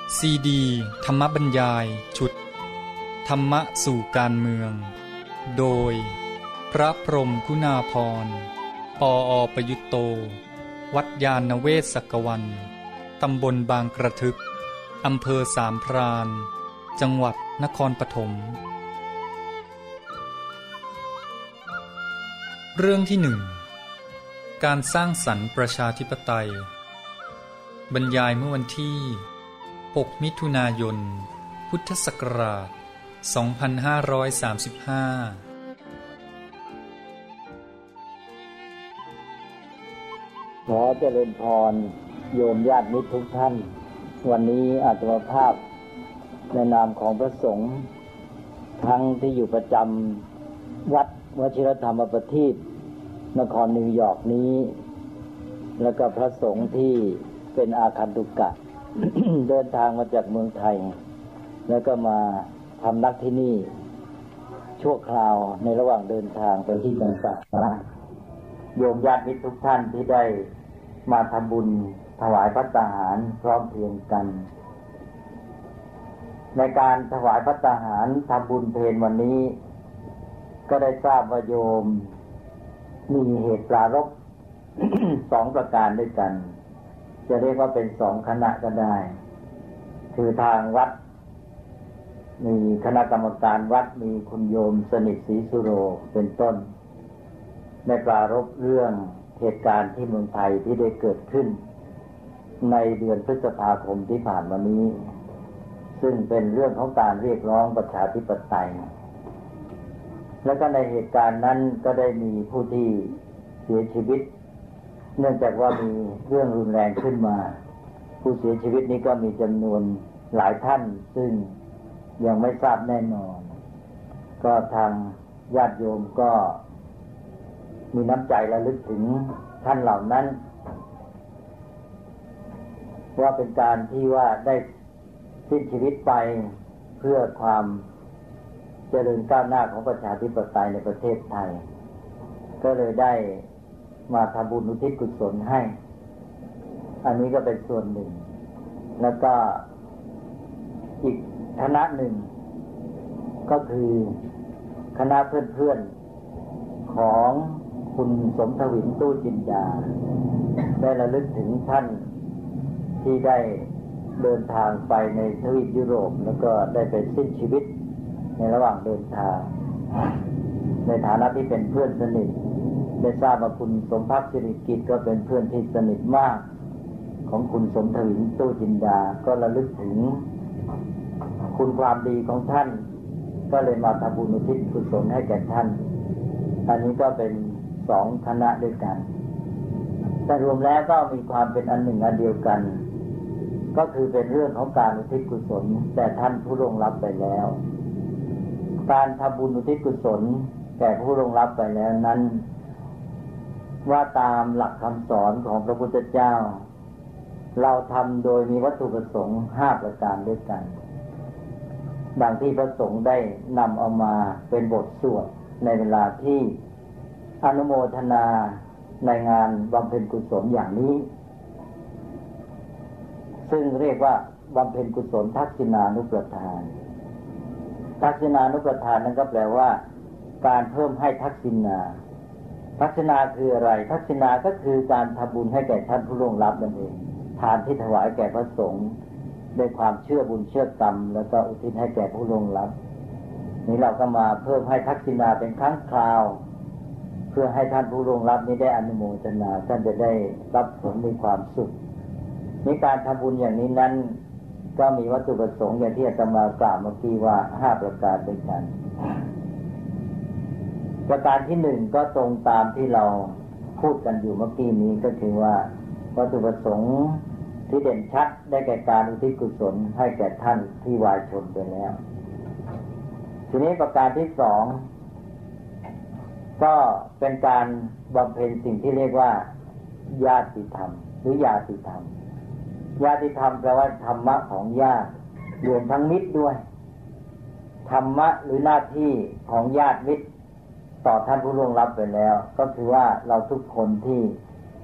ซีดีธรรมบรรยายชุดธรรมะสู่การเมืองโดยพระพรหมคุณาภรณ์ ปอ.ประยุตโตวัดยาณเวศกวันตำบลบางกระทึกอำเภอสามพรานจังหวัดนครปฐมเรื่องที่1การสร้างสรรค์ประชาธิปไตยบรรยายเมื่อวันที่6มิถุนายนพุทธศักราช2535 ขอเจริญพรโยมญาติมิตรทุกท่านวันนี้อาตมาภาพในนามของพระสงฆ์ทั้งที่อยู่ประจำวัดวชิรธรรมประทีปนครนิวยอร์กนี้แล้วก็พระสงฆ์ที่เป็นอาคันตุกะ เดินทางมาจากเมืองไทยแล้วก็มาทำนักที่นี่ชั่วคราวในระหว่างเดินทางไปที่ต่างๆโยมญาติมิตรทุกท่านที่ได้มาทำบุญถวายภัตตาหารพร้อมเพรียงกันในการถวายภัตตาหารทำบุญเพลวันนี้ก็ได้ทราบว่าโยมมีเหตุปรารภ 2 ประการด้วยกันจะเรียกว่าเป็น2คณะก็ได้คือทางวัดมีคณะกรรมการวัดมีคุณโยมสนิทศรีสุโรเป็นต้นได้ปรารภเรื่องเหตุการณ์ที่เมืองไทยที่ได้เกิดขึ้นในเดือนพฤษภาคมที่ผ่านมานี้ซึ่งเป็นเรื่องของการเรียกร้องประชาธิปไตยแล้วก็ในเหตุการณ์นั้นก็ได้มีผู้ที่เสียชีวิตเนื่องจากว่ามีเรื่องรุนแรงขึ้นมาผู้เสียชีวิตนี้ก็มีจำนวนหลายท่านซึ่งยังไม่ทราบแน่นอนก็ทางญาติโยมก็มีน้ำใจระลึกถึงท่านเหล่านั้นว่าเป็นการที่ว่าได้สิ้นชีวิตไปเพื่อความเจริญก้าวหน้าของประชาธิปไตยในประเทศไทยก็เลยได้มาทำบุญอุทิศกุศลให้อันนี้ก็เป็นส่วนหนึ่งแล้วก็อีกคณะหนึ่งก็คือคณะเพื่อนๆของคุณสมทวินตู้จินดาได้ระลึกถึงท่านที่ได้เดินทางไปในทวีปยุโรปแล้วก็ได้ไปสิ้นชีวิตในระหว่างเดินทางในฐานะที่เป็นเพื่อนสนิทได้ทราบว่าคุณสมภักดิ์สิริกิจก็เป็นเพื่อนที่สนิทมากของคุณสมทวินตู้จินดาก็ระลึกถึงคุณความดีของท่านก็เลยมาทำบุญอุทิศกุศลให้แก่ท่านอันนี้ก็เป็น2คณะด้วยกันแต่รวมแล้วก็มีความเป็นอันหนึ่งอันเดียวกันก็คือเป็นเรื่องของการอุทิศกุศลแต่ท่านผู้ล่วงลับไปแล้วการทำบุญอุทิศกุศลแก่ผู้ล่วงลับไปแล้วนั้นว่าตามหลักคำสอนของพระพุทธเจ้าเราทำโดยมีวัตถุประสงค์5ประการด้วยกันดังที่พระสงฆ์ได้นำเอามาเป็นบทสวดในเวลาที่อนุโมทนาในงานบำเพ็ญกุศลอย่างนี้ซึ่งเรียกว่าบำเพ็ญกุศลทักษิณานุประทานทักษิณานุประทานนั้นก็แปลว่าการเพิ่มให้ทักษิณาทักษิณาคืออะไรทักษิณาก็คือการทำบุญให้แก่ท่านผู้ล่วงลับนั่นเองทานที่ถวายแก่พระสงฆ์ด้วยความเชื่อบุญเชื่อกรรมแล้วก็อุทิศให้แก่ผู้ล่วงลับนี้เราก็มาเพิ่มให้ทักษิณาเป็นครั้งคราวเพื่อให้ท่านผู้ล่วงลับนี้ได้อนุโมทนาท่านจะได้รับผลมีความสุขในการทำบุญอย่างนี้นั้นก็มีวัตถุประสงค์อย่างที่อาตมากล่าวเมื่อกี้ว่า5ประการด้วยกันประการที่1ก็ตรงตามที่เราพูดกันอยู่เมื่อกี้นี้ก็คือว่าวัตถุประสงค์ที่เด่นชัดได้แก่การอุทิศกุศลให้แก่ท่านที่วายชนไปแล้วทีนี้ประการที่2ก็เป็นการบำเพ็ญสิ่งที่เรียกว่าญาติธรรมหรือญาติธรรมญาติธรรมแปลว่าธรรมะของญาติรวมทั้งมิตรด้วยธรรมะหรือหน้าที่ของญาติมิตรต่อท่านผู้ล่วงลับไปแล้วก็คือว่าเราทุกคนที่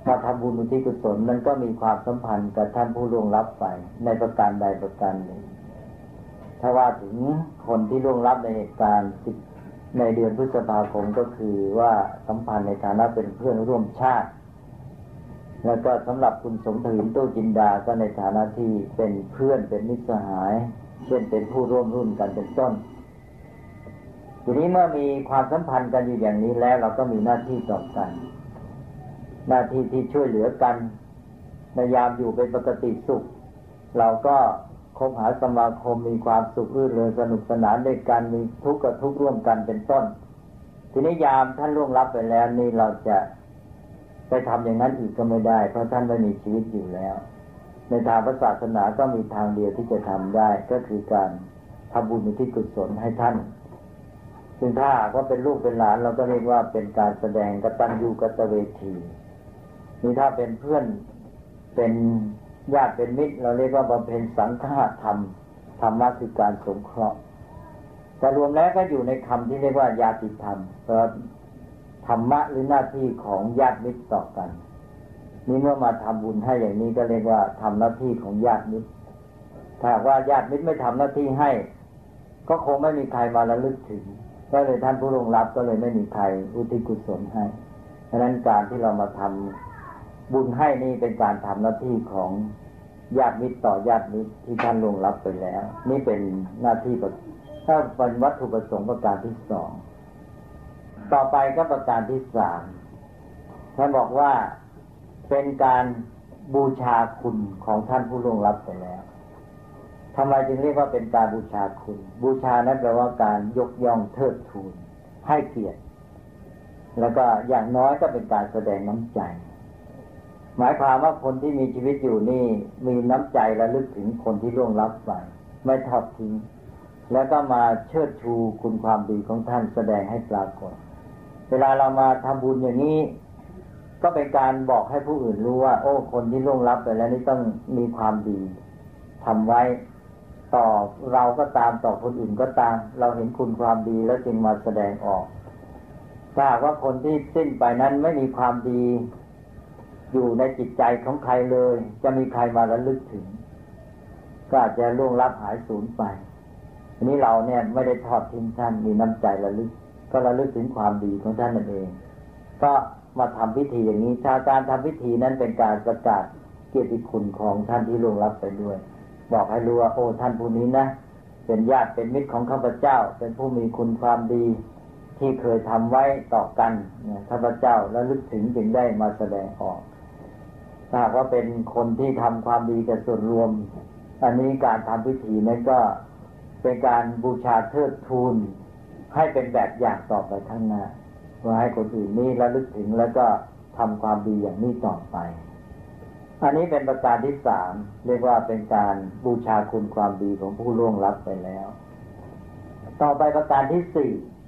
มาทำบุญอุทิศกุศลนั้นก็มีความสัมพันธ์กับท่านผู้ล่วงลับไปในประการใดประการหนึ่งถ้าว่าถึงคนที่ล่วงลับในเหตุการณ์ในเดือนพฤษภาคมก็คือว่าสัมพันธ์ในฐานะเป็นเพื่อนร่วมชาติแล้วก็สำหรับคุณสมทวินตู้จินดาก็ในฐานะที่เป็นเพื่อนเป็นมิตรสหายเช่นเป็นผู้ร่วมรุ่นกันเป็นต้นทีนี้เมื่อมีความสัมพันธ์กันอยู่อย่างนี้แล้วเราก็มีหน้าที่ต่อกันหน้าที่ที่ช่วยเหลือกันในยามอยู่เป็นปกติสุขเราก็คบหาสมาคมมีความสุขรื่นเริงสนุกสนานด้วยกันมีทุกข์กับทุกข์ร่วมกันเป็นต้นทีนี้ยามท่านล่วงลับไปแล้วนี่เราจะไปทำอย่างนั้นอีกก็ไม่ได้เพราะท่านไม่มีชีวิตอยู่แล้วในทางพระศาสนาก็มีทางเดียวที่จะทำได้ก็คือการทำบุญอุทิศกุศลให้ท่านซึ่งถ้าว่าเป็นลูกเป็นหลานเราก็เรียกว่าเป็นการแสดงกตัญญูกตเวทีนี่ถ้าเป็นเพื่อนเป็นญาติเป็นมิตรเราเรียกว่าบำเพ็ญสังฆธรรมธรรมะคือการสงเคราะห์แต่รวมแล้วก็อยู่ในคำที่เรียกว่าญาติธรรมเพราะธรรมะหรือหน้าที่ของญาติมิตรต่อกันนี่เมื่อมาทำบุญให้อย่างนี้ก็เรียกว่าทำหน้าที่ของญาติมิตรถ้าว่าญาติมิตรไม่ทำหน้าที่ให้ก็คงไม่มีใครมาระลึกถึงก็เลยท่านผู้ล่วงลับก็เลยไม่มีใครอุทิศกุศลให้ฉะนั้นการที่เรามาทำบุญให้นี่เป็นการทำหน้าที่ของญาติมิตรต่อญาติมิตรที่ท่านล่วงลับไปแล้วนี่เป็นหน้าที่ถ้าเป็นวัตถุประสงค์ประการที่สองต่อไปก็ประการที่สามท่านบอกว่าเป็นการบูชาคุณของท่านผู้ล่วงลับไปแล้วทำไมจึงเรียกว่าเป็นการบูชาคุณบูชานั้นแปลว่าการยกย่องเทิดทูนให้เกียรติแล้วก็อย่างน้อยก็เป็นการแสดงน้ำใจหมายความว่าคนที่มีชีวิตอยู่นี่มีน้ำใจระลึกถึงคนที่ล่วงลับไปไม่ทอดทิ้งแล้วก็มาเชิดชูคุณความดีของท่านแสดงให้ปรากฏเวลาเรามาทำบุญอย่างนี้ก็เป็นการบอกให้ผู้อื่นรู้ว่าโอ้คนที่ล่วงลับไปแล้วนี่ต้องมีความดีทำไว้ต่อเราก็ตามต่อคนอื่นก็ตามเราเห็นคุณความดีแล้วจึงมาแสดงออกถ้าว่าคนที่สิ้นไปนั้นไม่มีความดีอยู่ในจิตใจของใครเลยจะมีใครมาระลึกถึงก็อาจจะล่วงลับหายสูญไปทีนี้เราเนี่ยไม่ได้ทอดทิ้งท่านมีน้ำใจระลึกก็ระลึกถึงความดีของท่านนั่นเองก็มาทำพิธีอย่างนี้การทำพิธีนั้นเป็นการประกาศเกียรติคุณของท่านที่ล่วงลับไปด้วยบอกให้รู้ว่าโอ้ท่านผู้นี้นะเป็นญาติเป็นมิตรของข้าพเจ้าเป็นผู้มีคุณความดีที่เคยทำไว้ต่อกันข้าพเจ้าระลึกถึงจึงได้มาแสดงออกถ้าหากว่าเป็นคนที่ทำความดีกับส่วนรวมอันนี้การทำพิธีนั้นก็เป็นการบูชาเทิดทูนให้เป็นแบบอย่างต่อไปข้างหน้าว่าให้คนอื่นนี้ระลึกถึงแล้วก็ทำความดีอย่างนี้ต่อไปอันนี้เป็นประการที่สามเรียกว่าเป็นการบูชาคุณความดีของผู้ล่วงลับไปแล้วต่อไปประการที่สี่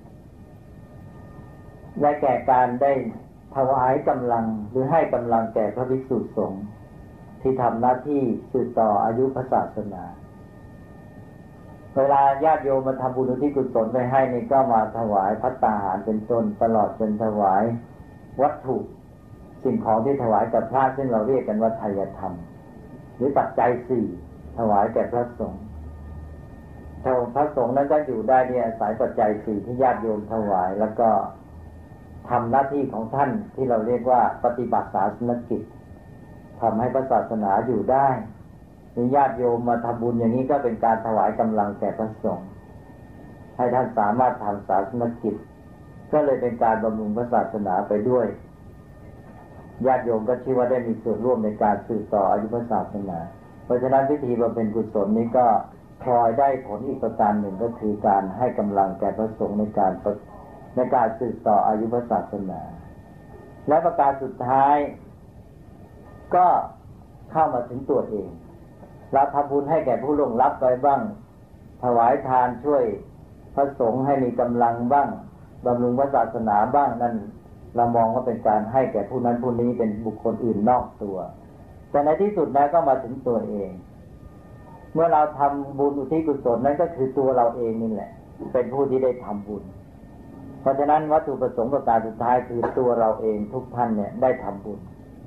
ได้แก่การได้ถวายกำลังหรือให้กำลังแก่พระภิกษุสงฆ์ที่ทำหน้าที่สืบต่ออายุพระศาสนาเวลาญาติโยมมาทำบุญอุทิศกุศลไปให้นี่ก็มาถวายภัตตาหารเป็นต้นตลอดจนถวายวัตถุสิ่งของที่ถวายกับพระซึ่งเราเรียกกันว่าไทยธรรมหรือปัจจัยสี่ถวายแก่พระสงฆ์พระสงฆ์นั้นก็อยู่ได้เนี่ยอาศัยปัจจัยสี่ที่ญาติโยมถวายแล้วก็ทำหน้าที่ของท่านที่เราเรียกว่าปฏิบัติศาสนกิจทำให้พระศาสนาอยู่ได้มีญาติโยมมาทำบุญอย่างนี้ก็เป็นการถวายกำลังแก่พระสงฆ์ให้ท่านสามารถทำศาสนกิจก็เลยเป็นการบำรุงพระศาสนาไปด้วยญาติโยมก็ชื่อว่าได้มีส่วนร่วมในการสืบต่ออายุพระศาสนาเพราะฉะนั้นพิธีบำเพ็ญกุศลนี้ก็พลอยได้ผลอีกประการหนึ่งก็คือการให้กำลังแก่พระสงฆ์ในการสืบต่ออายุพระศาสนาและประการสุดท้ายก็เข้ามาถึงตัวเองเราทำบุญให้แก่ผู้ล่วงลับไปบ้างถวายทานช่วยพระสงฆ์ให้มีกำลังบ้างบำรุงพระศาสนาบ้างนั่นเรามองว่าเป็นการให้แก่ผู้นั้นผู้นี้เป็นบุคคลอื่นนอกตัวแต่ในที่สุดแล้วก็มาถึงตัวเองเมื่อเราทำบุญอุทิศกุศลนั้นก็คือตัวเราเองนี่แหละเป็นผู้ที่ได้ทำบุญเพราะฉะนั้นวัตถุประสงค์ประการสุดท้ายคือตัวเราเองทุกท่านเนี่ยได้ทำบุญ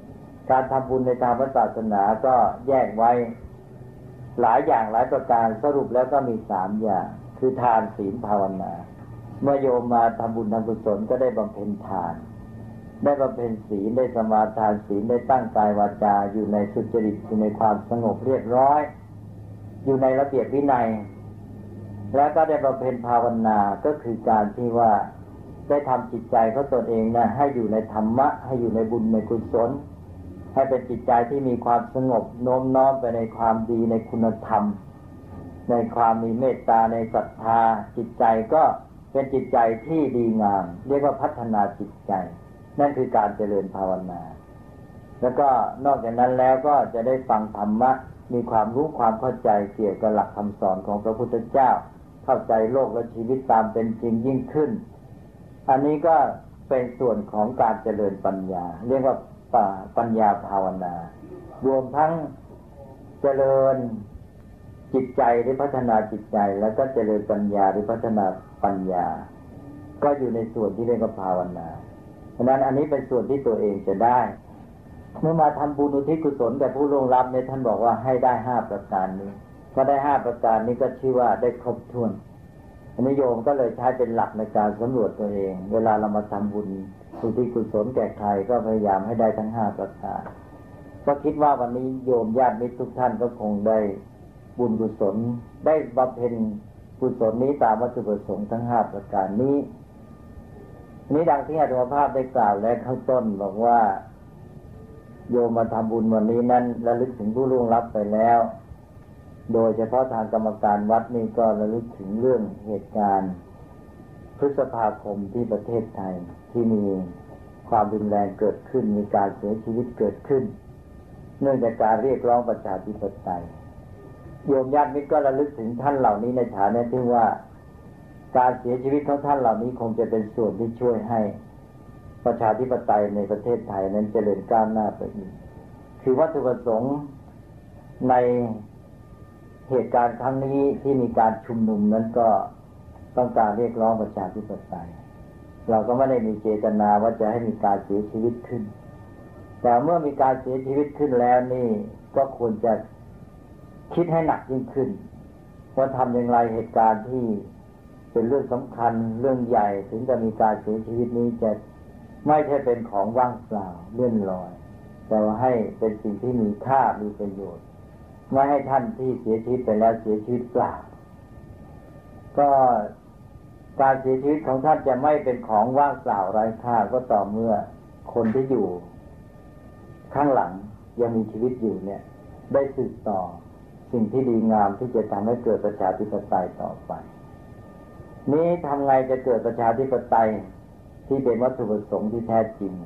การทำบุญในทางพระศาสนาก็แยกไว้หลายอย่างหลายประการสรุปแล้วก็มี3 อย่างคือทานศีลภาวนาเมื่อโยมมาทำบุญทำกุศลก็ได้บำเพ็ญทานได้บำเพ็ญศีลได้สมาทานศีลได้ตั้งกายวาจาอยู่ในสุจริตอยู่ในความสงบเรียบร้อยอยู่ในระเบียบวินัยแล้วก็ได้บำเพ็ญภาวนาก็คือการที่ว่าได้ทำจิตใจของตนเองนะให้อยู่ในธรรมะให้อยู่ในบุญในกุศลให้เป็นจิตใจที่มีความสงบโน้มน้อมไปในความดีในคุณธรรมในความมีเมตตาในศรัทธาจิตใจก็เป็นจิตใจที่ดีงามเรียกว่าพัฒนาจิตใจนั่นคือการเจริญภาวนาแล้วก็นอกจากนั้นแล้วก็จะได้ฟังธรรมะมีความรู้ความเข้าใจเกี่ยวกับหลักคำสอนของพระพุทธเจ้าเข้าใจโลกและชีวิตตามเป็นจริงยิ่งขึ้นอันนี้ก็เป็นส่วนของการเจริญปัญญาเรียกว่าปัญญาภาวนารวมทั้งเจริญจิตใจหรือพัฒนาจิตใจแล้วก็เจริญปัญญาหรือพัฒนาปัญญาก็อยู่ในส่วนที่เรียกว่าภาวนาเพราะนั้นอันนี้เป็นส่วนที่ตัวเองจะได้เมื่อมาทำบุญอุทิศกุศลแก่ผู้ล่วงลับเนี่ยท่านบอกว่าให้ได้5 ประการนี้ก็ได้5 ประการนี้ก็ชื่อว่าได้ครบถ้วนอันนี้โยมก็เลยใช้เป็นหลักในการสำรวจตัวเองเวลาเรามาทำบุญอุทิศกุศลแก่ใครก็พยายามให้ได้ทั้ง5 ประการก็คิดว่าวันนี้โยมญาติมิตรทุกท่านก็คงได้บุญกุศลได้บำเพ็ญกุศลนี้ตามวัตถุประสงค์ทั้ง5 ประการนี้นี้ดังที่อาตมาภาพได้กล่าวแล้วข้างต้นบอกว่าโยมมาทำบุญวันนี้นั้นระลึกถึงผู้ล่วงลับไปแล้วโดยเฉพาะทางกรรมการวัดนี่ก็ระลึกถึงเรื่องเหตุการณ์พฤษภาคมที่ประเทศไทยที่มีความรุนแรงเกิดขึ้นมีการเสียชีวิตเกิดขึ้นเนื่องจากการเรียกร้องประชาธิปไตยโยมญาติมิตรก็ระลึกถึงท่านเหล่านี้ในฐานะที่ว่าการเสียชีวิตของท่านเหล่านี้คงจะเป็นส่วนที่ช่วยให้ประชาธิปไตยในประเทศไทยนั้นเจริญก้าวหน้าไปอีกคือวัตถุประสงค์ในเหตุการณ์ครั้งนี้ที่มีการชุมนุมนั้นก็ต้องการเรียกร้องประชาธิปไตยเราก็ไม่ได้มีเจตนาว่าจะให้มีการเสียชีวิตขึ้นแต่เมื่อมีการเสียชีวิตขึ้นแล้วนี่ก็ควรจะคิดให้หนักยิ่งขึ้นว่าทำอย่างไรเหตุการณ์ที่เป็นเรื่องสำคัญเรื่องใหญ่ถึงจะมีการเสียชีวิตนี้จะไม่ใช่เป็นของว่างเปล่าเลื่อนลอยแต่ว่าให้เป็นสิ่งที่มีค่ามีประโยชน์ไม่ให้ท่านที่เสียชีวิตไปแล้วเสียชีวิตเปล่าก็การเสียชีวิตของท่านจะไม่เป็นของว่างเปล่าไร้ค่าก็ต่อเมื่อคนที่อยู่ข้างหลังยังมีชีวิตอยู่เนี่ยได้สืบต่อสิ่งที่ดีงามที่จะทำให้เกิดประชาธิปไตยต่อไปนี้ทำไงจะเกิดประชาธิปไตยที่เป็นวัตถุประสงค์ที่แท้จริง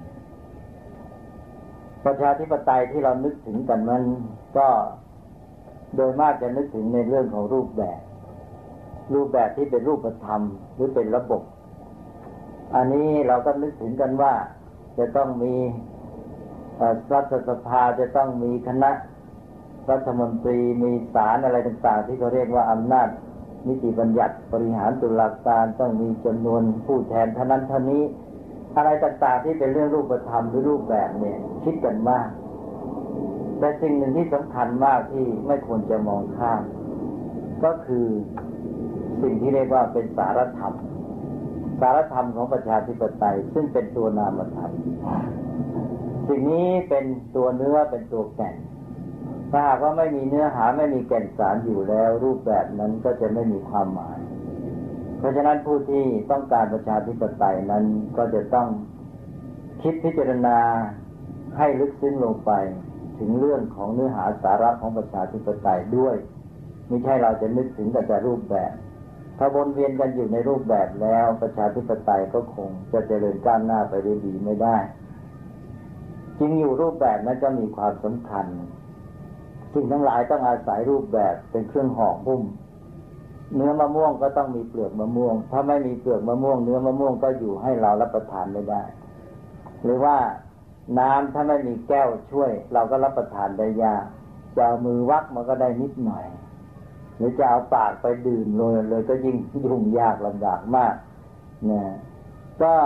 ประชาธิปไตยที่เรานึกถึงกันมันก็โดยมากจะนึกถึงในเรื่องของรูปแบบที่เป็นรูปธรรมหรือเป็นระบบอันนี้เราก็นึกถึงกันว่าจะต้องมีรัฐสภาจะต้องมีคณะรัฐมนตรีมีศาลอะไรต่างๆที่เขาเรียกว่าอำนาจนิติบัญญัติบริหารตุลาการต้องมีจำนวนผู้แทนเท่านั้นเท่านี้อะไรต่างๆที่เป็นเรื่องรูปธรรมหรือรูปแบบเนี่ยคิดกันมากแต่สิ่งหนึ่งที่สำคัญมากที่ไม่ควรจะมองข้ามก็คือสิ่งที่เรียกว่าเป็นสารธรรมของประชาธิปไตยซึ่งเป็นตัวนามธรรมสิ่งนี้เป็นตัวเนื้อเป็นตัวแก่นถ้าหากว่าไม่มีเนื้อหาไม่มีแก่นสารอยู่แล้วรูปแบบนั้นก็จะไม่มีความหมายเพราะฉะนั้นผู้ที่ต้องการประชาธิปไตยนั้นก็จะต้องคิดพิจารณาให้ลึกซึ้งลงไปถึงเรื่องของเนื้อหาสาระของประชาธิปไตยด้วยไม่ใช่เราจะนึกถึงแต่รูปแบบถ้าวนเวียนกันอยู่ในรูปแบบแล้วประชาธิปไตยก็คงจะเจริญก้าวหน้าไปได้ดีไม่ได้จริงอยู่รูปแบบนั้นก็มีความสำคัญสิ่งทั้งหลายต้องอาศัยรูปแบบเป็นเครื่องห่อหุ้มเนื้อมะม่วงก็ต้องมีเปลือกมะม่วงถ้าไม่มีเปลือกมะม่วงเนื้อมะม่วงก็อยู่ให้เรารับประทานไม่ได้หรือว่าน้ำถ้าไม่มีแก้วช่วยเราก็รับประทานได้ยากจะเอามือวักมันก็ได้นิดหน่อยหรือจะเอาปากไปดื่มเลยก็ยิ่งยุ่งยากลำบากมากเนี่ยก็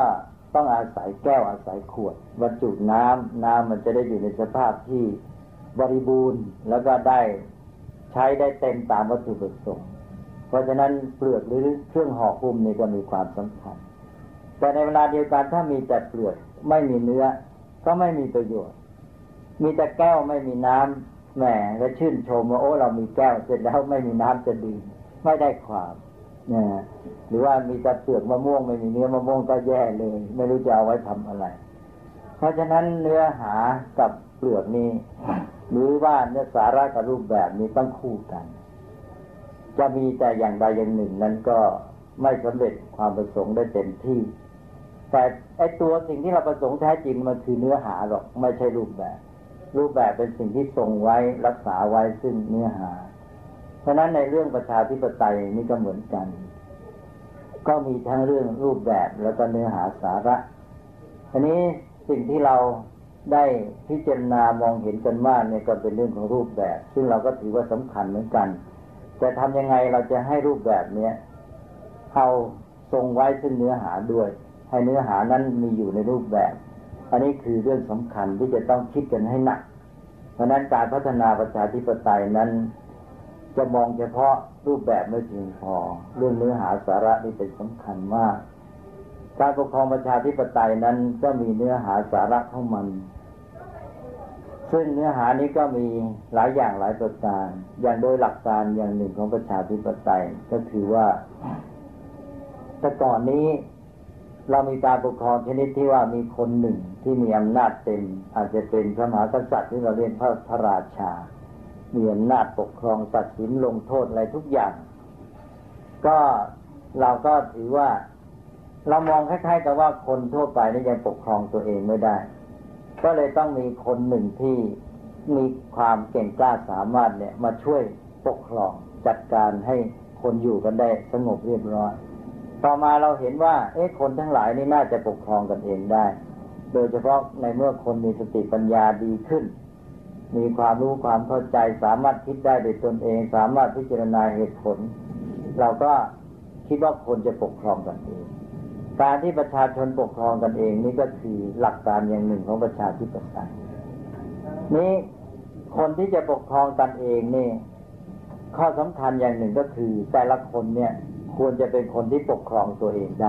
ต้องอาศัยแก้วอาศัยขวดบรรจุน้ำมันจะได้อยู่ในสภาพที่บริบูรณ์แล้วก็ได้ใช้ได้เต็มตามวัตถุประสงค์เพราะฉะนั้นเปลือกหรือเครื่องห่อหุ้มนี่ก็มีความสำคัญแต่ในเวลาเดียวกันถ้ามีแต่เปลือกไม่มีเนื้อก็ไม่มีประโยชน์มีแต่แก้วไม่มีน้ำแหมก็ชื่นชมว่าโอ้เรามีแก้วเสร็จแล้วไม่มีน้ำจะดื่มไม่ได้ความเนี่ยหรือว่ามีแต่เปลือกมะม่วงไม่มีเนื้อมะม่วงก็แย่เลยไม่รู้จะเอาไว้ทำอะไรเพราะฉะนั้นเนื้อหากับเปลือกนี้หรือว่าเนื้อสาระกับรูปแบบนี้ต้องคู่กันจะมีแต่อย่างใดอย่างหนึ่งนั้นก็ไม่สำเร็จความประสงค์ได้เต็มที่แต่ไอ้ตัวสิ่งที่เราประสงค์แท้จริงมันคือเนื้อหาหรอกไม่ใช่รูปแบบเป็นสิ่งที่ทรงไว้รักษาไว้ซึ่งเนื้อหาเพราะนั้นในเรื่องประชาธิปไตยนี่ก็เหมือนกันก็มีทั้งเรื่องรูปแบบแล้วก็เนื้อหาสาระอันนี้สิ่งที่เราได้พิจารณามองเห็นกันมากเนี่ยก็เป็นเรื่องของรูปแบบซึ่งเราก็ถือว่าสำคัญเหมือนกันจะทำยังไงเราจะให้รูปแบบเนี้ยเอาทรงไว้ซึ่งเนื้อหาด้วยให้เนื้อหานั้นมีอยู่ในรูปแบบอันนี้คือเรื่องสำคัญที่จะต้องคิดกันให้หนักเพราะนั้นการพัฒนาประชาธิปไตยนั้นจะมองเฉพาะรูปแบบไม่เพียงพอเรื่องเนื้อหาสาระนี่เป็นสำคัญมากการปกครองประชาธิปไตยนั้นก็มีเนื้อหาสาระของมันซึ่งเนื้อหานี้ก็มีหลายอย่างหลายประการอย่างโดยหลักการอย่างหนึ่งของประชาธิปไตยก็คือว่าแต่ก่อนนี้เรามีการปกครองชนิดที่ว่ามีคนหนึ่งที่มีอำนาจเต็มอาจจะเป็นพระมหากษัตริย์ที่เราเรียกพระราชามีอำนาจปกครองตัดสินลงโทษอะไรทุกอย่างก็เราก็ถือว่าเรามองคล้ายๆกับว่าคนทั่วไปนี่ยังปกครองตัวเองไม่ได้ก็เลยต้องมีคนหนึ่งที่มีความเก่งกล้าสามารถเนี่ยมาช่วยปกครองจัดการให้คนอยู่กันได้สงบเรียบร้อยต่อมาเราเห็นว่าคนทั้งหลายนี่น่าจะปกครองกันเองได้โดยเฉพาะในเมื่อคนมีสติปัญญาดีขึ้นมีความรู้ความเข้าใจสามารถคิดได้โดยตนเองสามารถพิจารณาเหตุผลเราก็คิดว่าคนจะปกครองกันเองการที่ประชาชนปกครองกันเองนี่ก็คือหลักการอย่างหนึ่งของประชาธิปไตยนี้คนที่จะปกครองกันเองนี่ข้อสำคัญอย่างหนึ่งก็คือแต่ละคนเนี่ยควรจะเป็นคนที่ปกครองตัวเองได้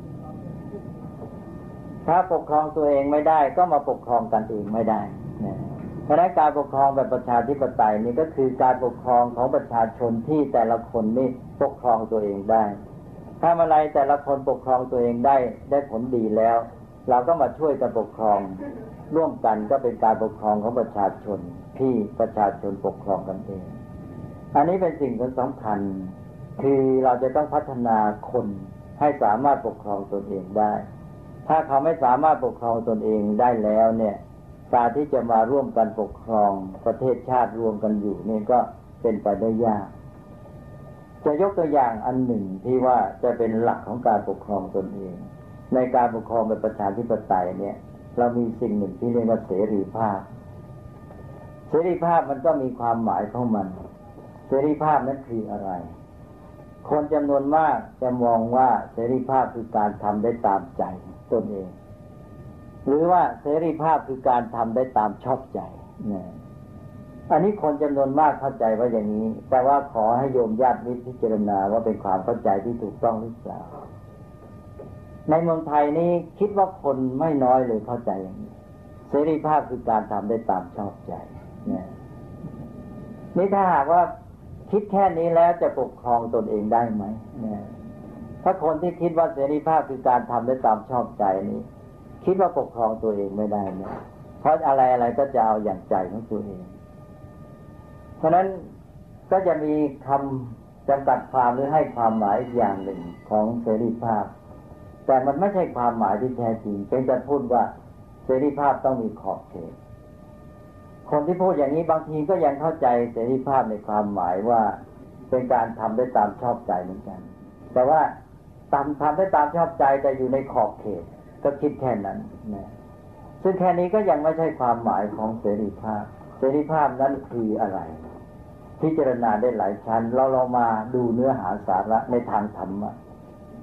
ถ้าปกครองตัวเองไม่ได้ก็มาปกครองกันเองไม่ได้เพราะฉะนั้นการปกครองแบบประชาธิปไตยนี่ก็คือการปกครองของประชาชนที่แต่ละคนนี่ปกครองตัวเองได้ถ้าอะไรแต่ละคนปกครองตัวเองได้ผลดีแล้วเราก็มาช่วยกันปกครองร่วมกันก็เป็นการปกครองของประชาชนที่ประชาชนปกครองกันเองอันนี้เป็นสิ่งสำคัญคือเราจะต้องพัฒนาคนให้สามารถปกครองตนเองได้ถ้าเขาไม่สามารถปกครองตนเองได้แล้วเนี่ยการที่จะมาร่วมกันปกครองประเทศชาติรวมกันอยู่นี่ก็เป็นไปได้ยากจะยกตัวอย่างอันหนึ่งที่ว่าจะเป็นหลักของการปกครองตนเองในการปกครองแบบประชาธิปไตยเนี่ยเรามีสิ่งหนึ่งที่เรียกว่าเสรีภาพเสรีภาพมันก็มีความหมายของมันเสรีภาพนั้นคืออะไรคนจำนวนมากจะมองว่าเสรีภาพคือการทำได้ตามใจตนเองหรือว่าเสรีภาพคือการทำได้ตามชอบใจเนี่ยอันนี้คนจำนวนมากเข้าใจว่าอย่างนี้แต่ว่าขอให้โยมญาติมิตรพิจารณาว่าเป็นความเข้าใจที่ถูกต้องหรือเปล่าในเมืองไทยนี้คิดว่าคนไม่น้อยเลยเข้าใจอย่างนี้เสรีภาพคือการทำได้ตามชอบใจเนี่ยนี่ถ้าหากว่าคิดแค่นี้แล้วจะปกครองตนเองได้ไหมเนี่ยถ้าคนที่คิดว่าเสรีภาพคือการทำได้ตามชอบใจนี้คิดว่าปกครองตัวเองไม่ได้เนี่ยเพราะอะไรก็จะเอาอย่างใจของตัวเองเพราะนั้นก็จะมีคำจำกัดความหรือให้ความหมายอีกอย่างหนึ่งของเสรีภาพแต่มันไม่ใช่ความหมายที่แท้จริงเป็นการพูดว่าเสรีภาพต้องมีขอบเขตคนที่พูดอย่างนี้บางทีก็ยังเข้าใจเสรีภาพในความหมายว่าเป็นการทำได้ตามชอบใจเหมือนกันแต่ว่าทำได้ตามชอบใจแต่อยู่ในขอบเขตก็คิดแค่นั้นนะซึ่งแค่นี้ก็ยังไม่ใช่ความหมายของเสรีภาพเสรีภาพนั้นคืออะไรพิจารณาได้หลายชั้นเรามาดูเนื้อหาสาระในทางธรรมะ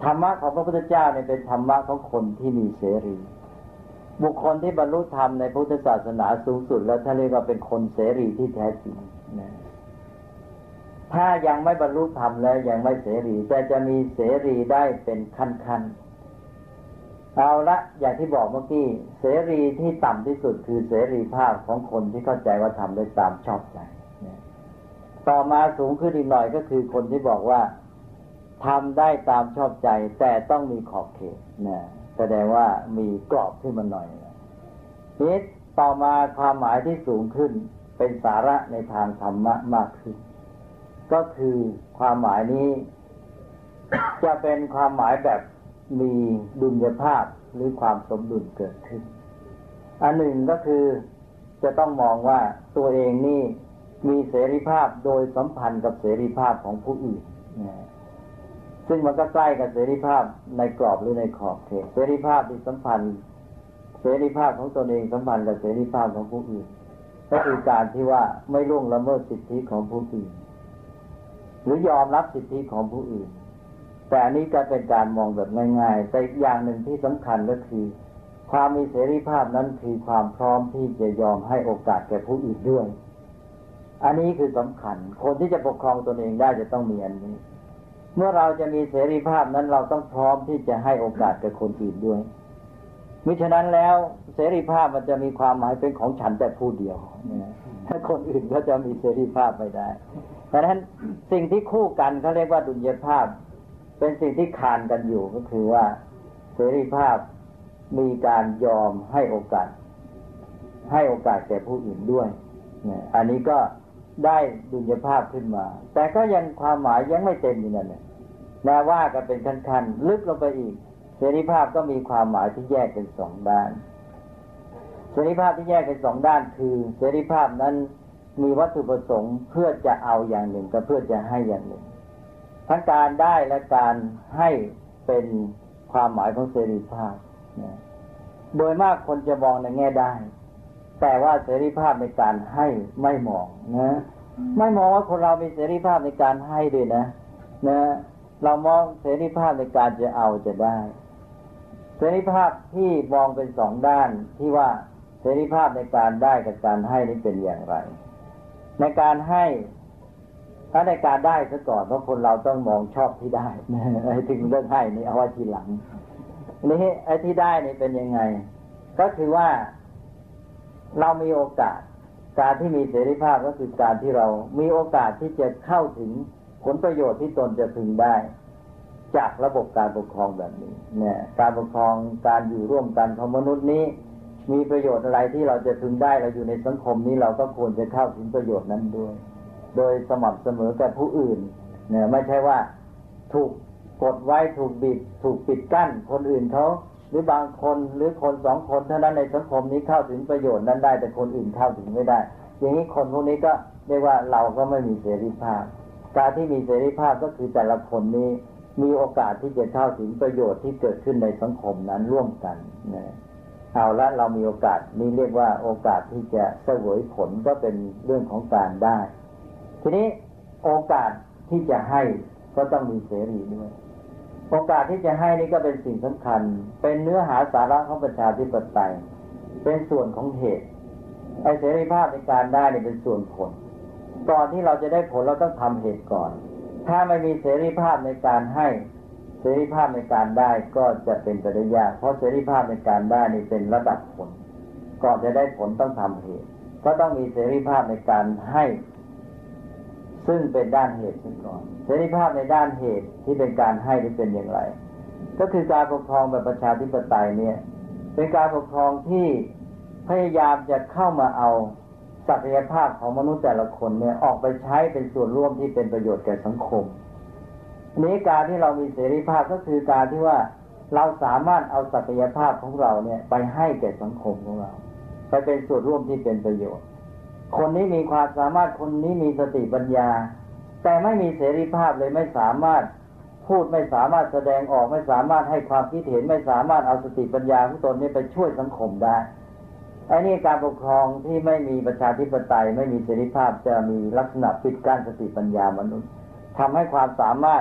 ธรรมะของพระพุทธเจ้าเนี่ยเป็นธรรมะของคนที่มีเสรีบุคคลที่บรรลุธรรมในพุทธศาสนาสูงสุดแล้วท่านเรียกว่าเป็นคนเสรีที่แท้จริงนะถ้ายังไม่บรรลุธรรมแล้วยังไม่เสรีแต่จะมีเสรีได้เป็นขั้นๆเอาละอย่างที่บอกเมื่อกี้เสรีที่ต่ำที่สุดคือเสรีภาพของคนที่เข้าใจว่าทำได้ตามชอบใจนะต่อมาสูงขึ้นอีกหน่อยก็คือคนที่บอกว่าทำได้ตามชอบใจแต่ต้องมีขอบเขตนะแสดงว่ามีกรอบขึ้นมาหน่อยนี้ต่อมาความหมายที่สูงขึ้นเป็นสาระในทางธรรมะมากขึ้นก็คือความหมายนี้จะเป็นความหมายแบบมีดุลยภาพหรือความสมดุลเกิดขึ้นอันหนึ่งก็คือจะต้องมองว่าตัวเองนี่มีเสรีภาพโดยสัมพันธ์กับเสรีภาพของผู้อื่นซึ่งมันก็ใกล้กับเสรีภาพในกรอบหรือในขอบเขตเสรีภาพที่สัมพันธ์เสรีภาพของตนเองสัมพันธ์กับเสรีภาพของผู้อื่นก็คือการที่ว่าไม่ล่วงละเมิดสิทธิของผู้อื่นหรือยอมรับสิทธิของผู้อื่นแต่อันนี้ก็เป็นการมองแบบง่ายๆแต่อีกอย่างหนึ่งที่สำคัญก็คือความมีเสรีภาพนั้นคือความพร้อมที่จะยอมให้โอกาสแก่ผู้อื่นด้วยอันนี้คือสำคัญคนที่จะปกครองตนเองได้จะต้องมีอันนี้เมื่อเราจะมีเสรีภาพนั้นเราต้องพร้อมที่จะให้โอกาสแก่คนอื่นด้วยมิฉะนั้นแล้วเสรีภาพมันจะมีความหมายเป็นของฉันแต่ผู้เดียวถ้าคนอื่นก็จะมีเสรีภาพไม่ได้เพราะฉะนั้นสิ่งที่คู่กันเขาเรียกว่าดุลยภาพเป็นสิ่งที่คานกันอยู่ก็คือว่าเสรีภาพมีการยอมให้โอกาสแก่ผู้อื่นด้วยอันนี้ก็ได้ดุลยภาพขึ้นมาแต่ก็ยังความหมายยังไม่เต็มอยู่นั่นแหละนะว่ากันเป็นขั้นๆลึกลงไปอีกเสรีภาพก็มีความหมายที่แยกเป็นสองด้านเสรีภาพที่แยกเป็นสองด้านคือเสรีภาพนั้นมีวัตถุประสงค์เพื่อจะเอาอย่างหนึ่งกับเพื่อจะให้อย่างหนึ่งทั้งการได้และการให้เป็นความหมายของเสรีภาพนะโดยมากคนจะมองในแง่ได้แต่ว่าเสรีภาพในการให้ไม่มองนะไม่มองว่าคนเรามีเสรีภาพในการให้ด้วยนะเรามองเสรีภาพในการจะเอาจะได้เสรีภาพที่มองเป็นสองด้านที่ว่าเสรีภาพในการได้กับการให้นี่เป็นอย่างไรในการให้ถ้าในการได้ซะก่อนเพราะคนเราต้องมองชอบที่ได้ถึงเรื่องให้นี่เอาไว้ทีหลังนี่ไอ้ที่ได้นี่เป็นยังไงก็คือว่าเรามีโอกาสการที่มีเสรีภาพก็คือการที่เรามีโอกาสที่จะเข้าถึงผลประโยชน์ที่ตนจะพึงได้จากระบบการปกครองแบบนี้เนี่ยการปกครองการอยู่ร่วมกันของมนุษย์นี้มีประโยชน์อะไรที่เราจะพึงได้เราอยู่ในสังคมนี้เราก็ควรจะเข้าถึงประโยชน์นั้นด้วยโดยสม่ำเสมอกับผู้อื่นเนี่ยไม่ใช่ว่าถูกกดไว้ถูกบีบถูกปิดกั้นคนอื่นเขาหรือบางคนหรือคนสองคนเท่านั้นในสังคมนี้เข้าถึงประโยชน์นั้นได้แต่คนอื่นเข้าถึงไม่ได้อย่างนี้คนพวกนี้ก็เรียกว่าเราก็ไม่มีเสรีภาพการที่มีเสรีภาพก็คือแต่ละคนนี้มีโอกาสที่จะเข้าถึงประโยชน์ที่เกิดขึ้นในสังคมนั้นร่วมกันนะเอาละเรามีโอกาสนี้เรียกว่าโอกาสที่จะเสวยผลก็เป็นเรื่องของการได้ทีนี้โอกาสที่จะให้ก็ต้องมีเสรีด้วยโอกาสที่จะให้นี่ก็เป็นสิ่งสำคัญเป็นเนื้อหาสาระของประชาธิปไตยเป็นส่วนของเหตุไอ้เสรีภาพในการได้นี่เป็นส่วนผลก่อนที่เราจะได้ผลเราต้องทำเหตุก่อนถ้าไม่มีเสรีภาพในการให้เสรีภาพในการได้ก็จะเป็นไปได้ยากเพราะเสรีภาพในการได้นี่เป็นระดับผลก่อนจะได้ผลต้องทำเหตุก็ต้องมีเสรีภาพในการให้ซึ่งเป็นด้านเหตุก่อนเสรีภาพในด้านเหตุที่เป็นการให้นี่เป็นอย่างไรก็คือการปกครองแบบประชาธิปไตยเนี่ยเป็นการปกครองที่พยายามจะเข้ามาเอาศักยภาพของมนุษย์แต่ละคนเนี่ยออกไปใช้เป็นส่วนร่วมที่เป็นประโยชน์แก่สังคมนี้การที่เรามีเสรีภาพก็คือการที่ว่าเราสามารถเอาศักยภาพของเราเนี่ยไปให้แก่สังคมของเราไปเป็นส่วนร่วมที่เป็นประโยชน์คนนี้มีความสามารถคนนี้มีสติปัญญาแต่ไม่มีเสรีภาพเลยไม่สามารถพูดไม่สามารถแสดงออกไม่สามารถให้ความคิดเห็นไม่สามารถเอาสติปัญญาของตนนี้ไปช่วยสังคมได้ไอ้นี่การปกครองที่ไม่มีประชาธิปไตยไม่มีเสรีภาพจะมีลักษณะปิดกั้นสติปัญญามนุษย์ทำให้ความสามารถ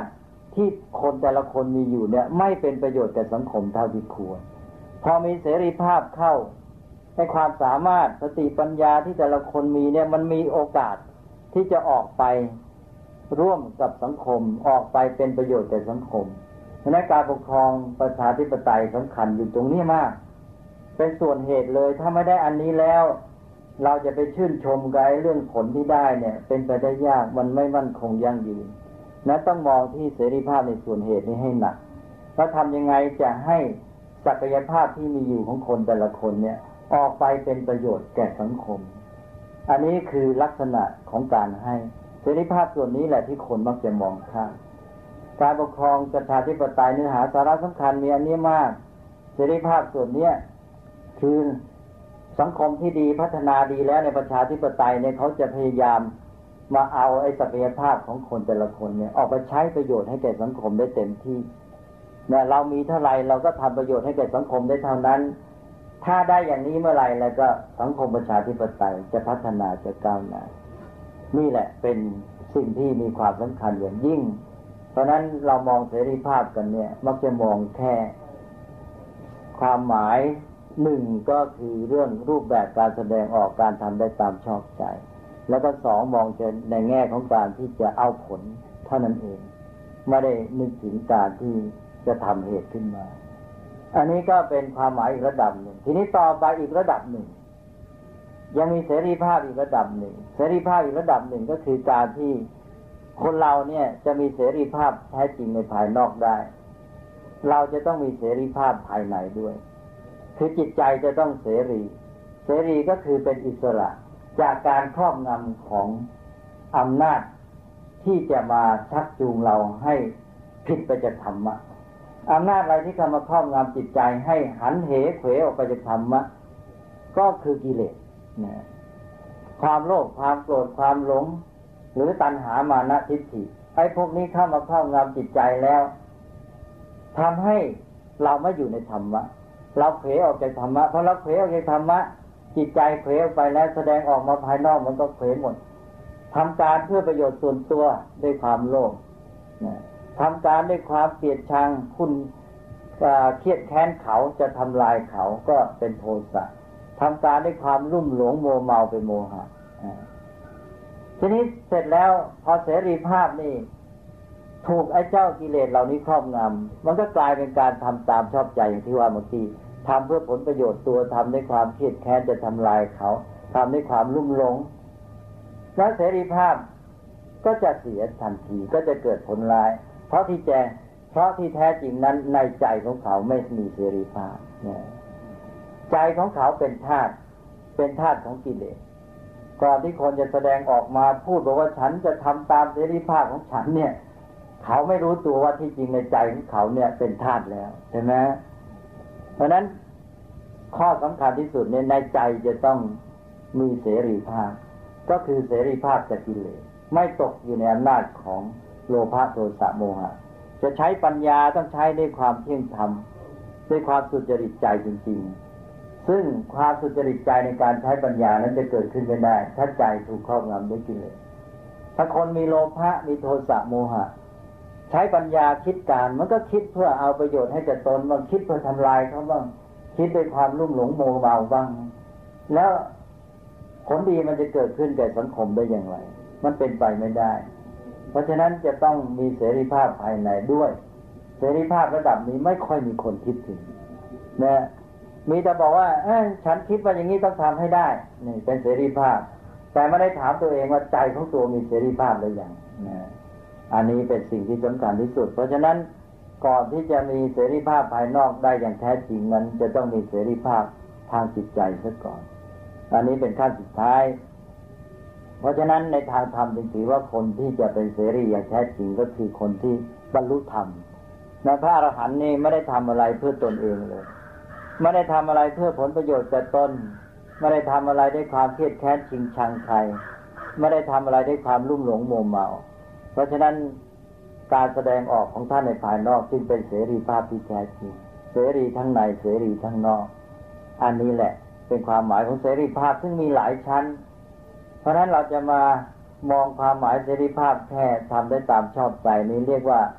ที่คนแต่ละคนมีอยู่เนี่ยไม่เป็นประโยชน์แก่สังคมเท่าที่ควรพอมีเสรีภาพเข้าในความสามารถสติปัญญาที่แต่ละคนมีเนี่ยมันมีโอกาสที่จะออกไปร่วมกับสังคมออกไปเป็นประโยชน์แก่สังคมเพราะนั้นการปกครองประชาธิปไตยสำคัญอยู่ตรงนี้มากเป็นส่วนเหตุเลยถ้าไม่ได้อันนี้แล้วเราจะไปชื่นชมกับเรื่องผลที่ได้เนี่ยเป็นไปได้ยากมันไม่มั่นคงยั่งยืนนะต้องมองที่เสรีภาพในส่วนเหตุนี้ให้หนักแล้วทำยังไงจะให้ศักยภาพที่มีอยู่ของคนแต่ละคนเนี่ยออกไปเป็นประโยชน์แก่สังคมอันนี้คือลักษณะของการให้เสรีภาพส่วนนี้แหละที่คนมักจะมองข้ามการปกครองประชาธิปไตยเนื้อหาสาระสำคัญมีอันนี้มากเสรีภาพส่วนนี้คือสังคมที่ดีพัฒนาดีแล้วในประชาธิปไตยเนี่ยเขาจะพยายามมาเอาไอ้ศักยภาพของคนแต่ละคนเนี่ยออกไปใช้ประโยชน์ให้แก่สังคมได้เต็มที่เนี่ยเรามีเท่าไรเราก็ทำประโยชน์ให้แก่สังคมได้เท่านั้นถ้าได้อย่างนี้เมื่อไหร่แล้วก็สังคมประชาธิปไตยจะพัฒนาจะก้าวหน้านี่แหละเป็นสิ่งที่มีความสำคัญอย่างยิ่งเพราะนั้นเรามองเสรีภาพกันเนี่ยมักจะมองแค่ความหมายหนึ่งก็คือเรื่องรูปแบบการแสดงออกการทำได้ตามชอบใจแล้วก็สองมองในแง่ของการที่จะเอาผลเท่านั้นเองไม่ได้นึกถึงการที่จะทำเหตุขึ้นมาอันนี้ก็เป็นความหมายอีกระดับหนึ่งทีนี้ต่อไปอีกระดับหนึ่งยังมีเสรีภาพอีกระดับหนึ่งเสรีภาพอีกระดับหนึ่งก็คือการที่คนเราเนี่ยจะมีเสรีภาพแท้จริงในภายนอกได้เราจะต้องมีเสรีภาพภายในด้วยคือจิตใจจะต้องเสรีก็คือเป็นอิสระจากการครอบงำของอำนาจที่จะมาชักจูงเราให้ผิดไปจากธรรมะอำนาจอะไรที่เข้ามาครอบงำจิตใจให้หันเหเขวออกไปจากธรรมะก็คือกิเลสนะความโลภความโกรธความหลงหรือตัณหามานะทิฏฐิไอ้พวกนี้เข้ามาครอบงำจิตใจแล้วทำให้เราไม่อยู่ในธรรมะเราเขวออกจากธรรมะเพราะเราเขวออกจากธรรมะจิตใจเขวออกไปแล้วแสดงออกมาภายนอกมันก็เขวหมดทำการเพื่อประโยชน์ส่วนตัวด้วยความโลภทำการด้วยความเกลียดชังคุณเครียดแค้นเขาจะทำลายเขาก็เป็นโทสะทำการด้วยความลุ่มหลงโมเมาเป็นโมหะทีนี้เสร็จแล้วพอเสรีภาพนี่ถูกไอ้เจ้ากิเลสเหล่านี้ครอบงำมันก็กลายเป็นการทำตามชอบใจอย่างที่ว่าเมื่อกี้ทำเพื่อผลประโยชน์ตัวทำด้วยความเครียดแค้นจะทำลายเขาทำด้วยความลุ่มหลงแล้วเสรีภาพก็จะเสียทันทีก็จะเกิดผลร้ายเพราะที่แท้จริงนั้นในใจของเขาไม่มีเสรีภาพใจของเขาเป็นทาสของกิเลสก่อนที่คนจะแสดงออกมาพูดบอกว่าฉันจะทำตามเสรีภาพของฉันเนี่ยเขาไม่รู้ตัวว่าที่จริงในใจของเขาเนี่ยเป็นทาสแล้วใช่ไหมเพราะนั้นข้อสำคัญที่สุดในใจจะต้องมีเสรีภาพก็คือเสรีภาพจากกิเลสไม่ตกอยู่ในอำนาจของโลภะโทสะโมหะจะใช้ปัญญาต้องใช้ด้วยความเที่ยงธรรมด้วยความสุจริตใจจริงๆซึ่งความสุจริตใจในการใช้ปัญญานั้นจะเกิดขึ้นไม่ได้ถ้าใจถูกครอบงำด้วยกิเลสถ้าคนมีโลภะมีโทสะโมหะใช้ปัญญาคิดการมันก็คิดเพื่อเอาประโยชน์ให้แก่ตนบางคิดเพื่อทำลายเขาบ้างคิดด้วยความลุ่มหลงโมเมาบ้างแล้วผลดีมันจะเกิดขึ้นแก่สังคมได้อย่างไรมันเป็นไปไม่ได้เพราะฉะนั้นจะต้องมีเสรีภาพภายในด้วยเสรีภาพระดับนี้ไม่ค่อยมีคนคิดถึงนะมีแต่บอกว่าฉันคิดว่าอย่างนี้ต้องทำให้ได้นี่เป็นเสรีภาพแต่ไม่ได้ถามตัวเองว่าใจของตัวมีเสรีภาพหรือยังนะอันนี้เป็นสิ่งที่สำคัญที่สุดเพราะฉะนั้นก่อนที่จะมีเสรีภาพภายนอกได้อย่างแท้จริงนั้นจะต้องมีเสรีภาพทางจิตใจซะก่อนอันนี้เป็นขั้นสุดท้ายเพราะฉะนั้นในทางธรรมจึงถือว่าคนที่จะเป็นเสรีอย่างแท้จริงก็คือคนที่บรรลุธรรมนะพระอรหันต์นี่ไม่ได้ทำอะไรเพื่อตนเองเลยไม่ได้ทำอะไรเพื่อผลประโยชน์แก่ตนไม่ได้ทำอะไรด้วยความเครียดแค้นชิงชังใครไม่ได้ทำอะไรด้วยความลุ่มหลงโมเมาเพราะฉะนั้นการแสดงออกของท่านในภายนอกจึงเป็นเสรีภาพที่แท้จริงเสรีทั้งในเสรีทั้งนอกอันนี้แหละเป็นความหมายของเสรีภาพซึ่งมีหลายชั้นเพราะฉะนั้นเราจะมามองความหมายเสรีภาพแค่ทำได้ตามชอบใจนี้เรียกว่า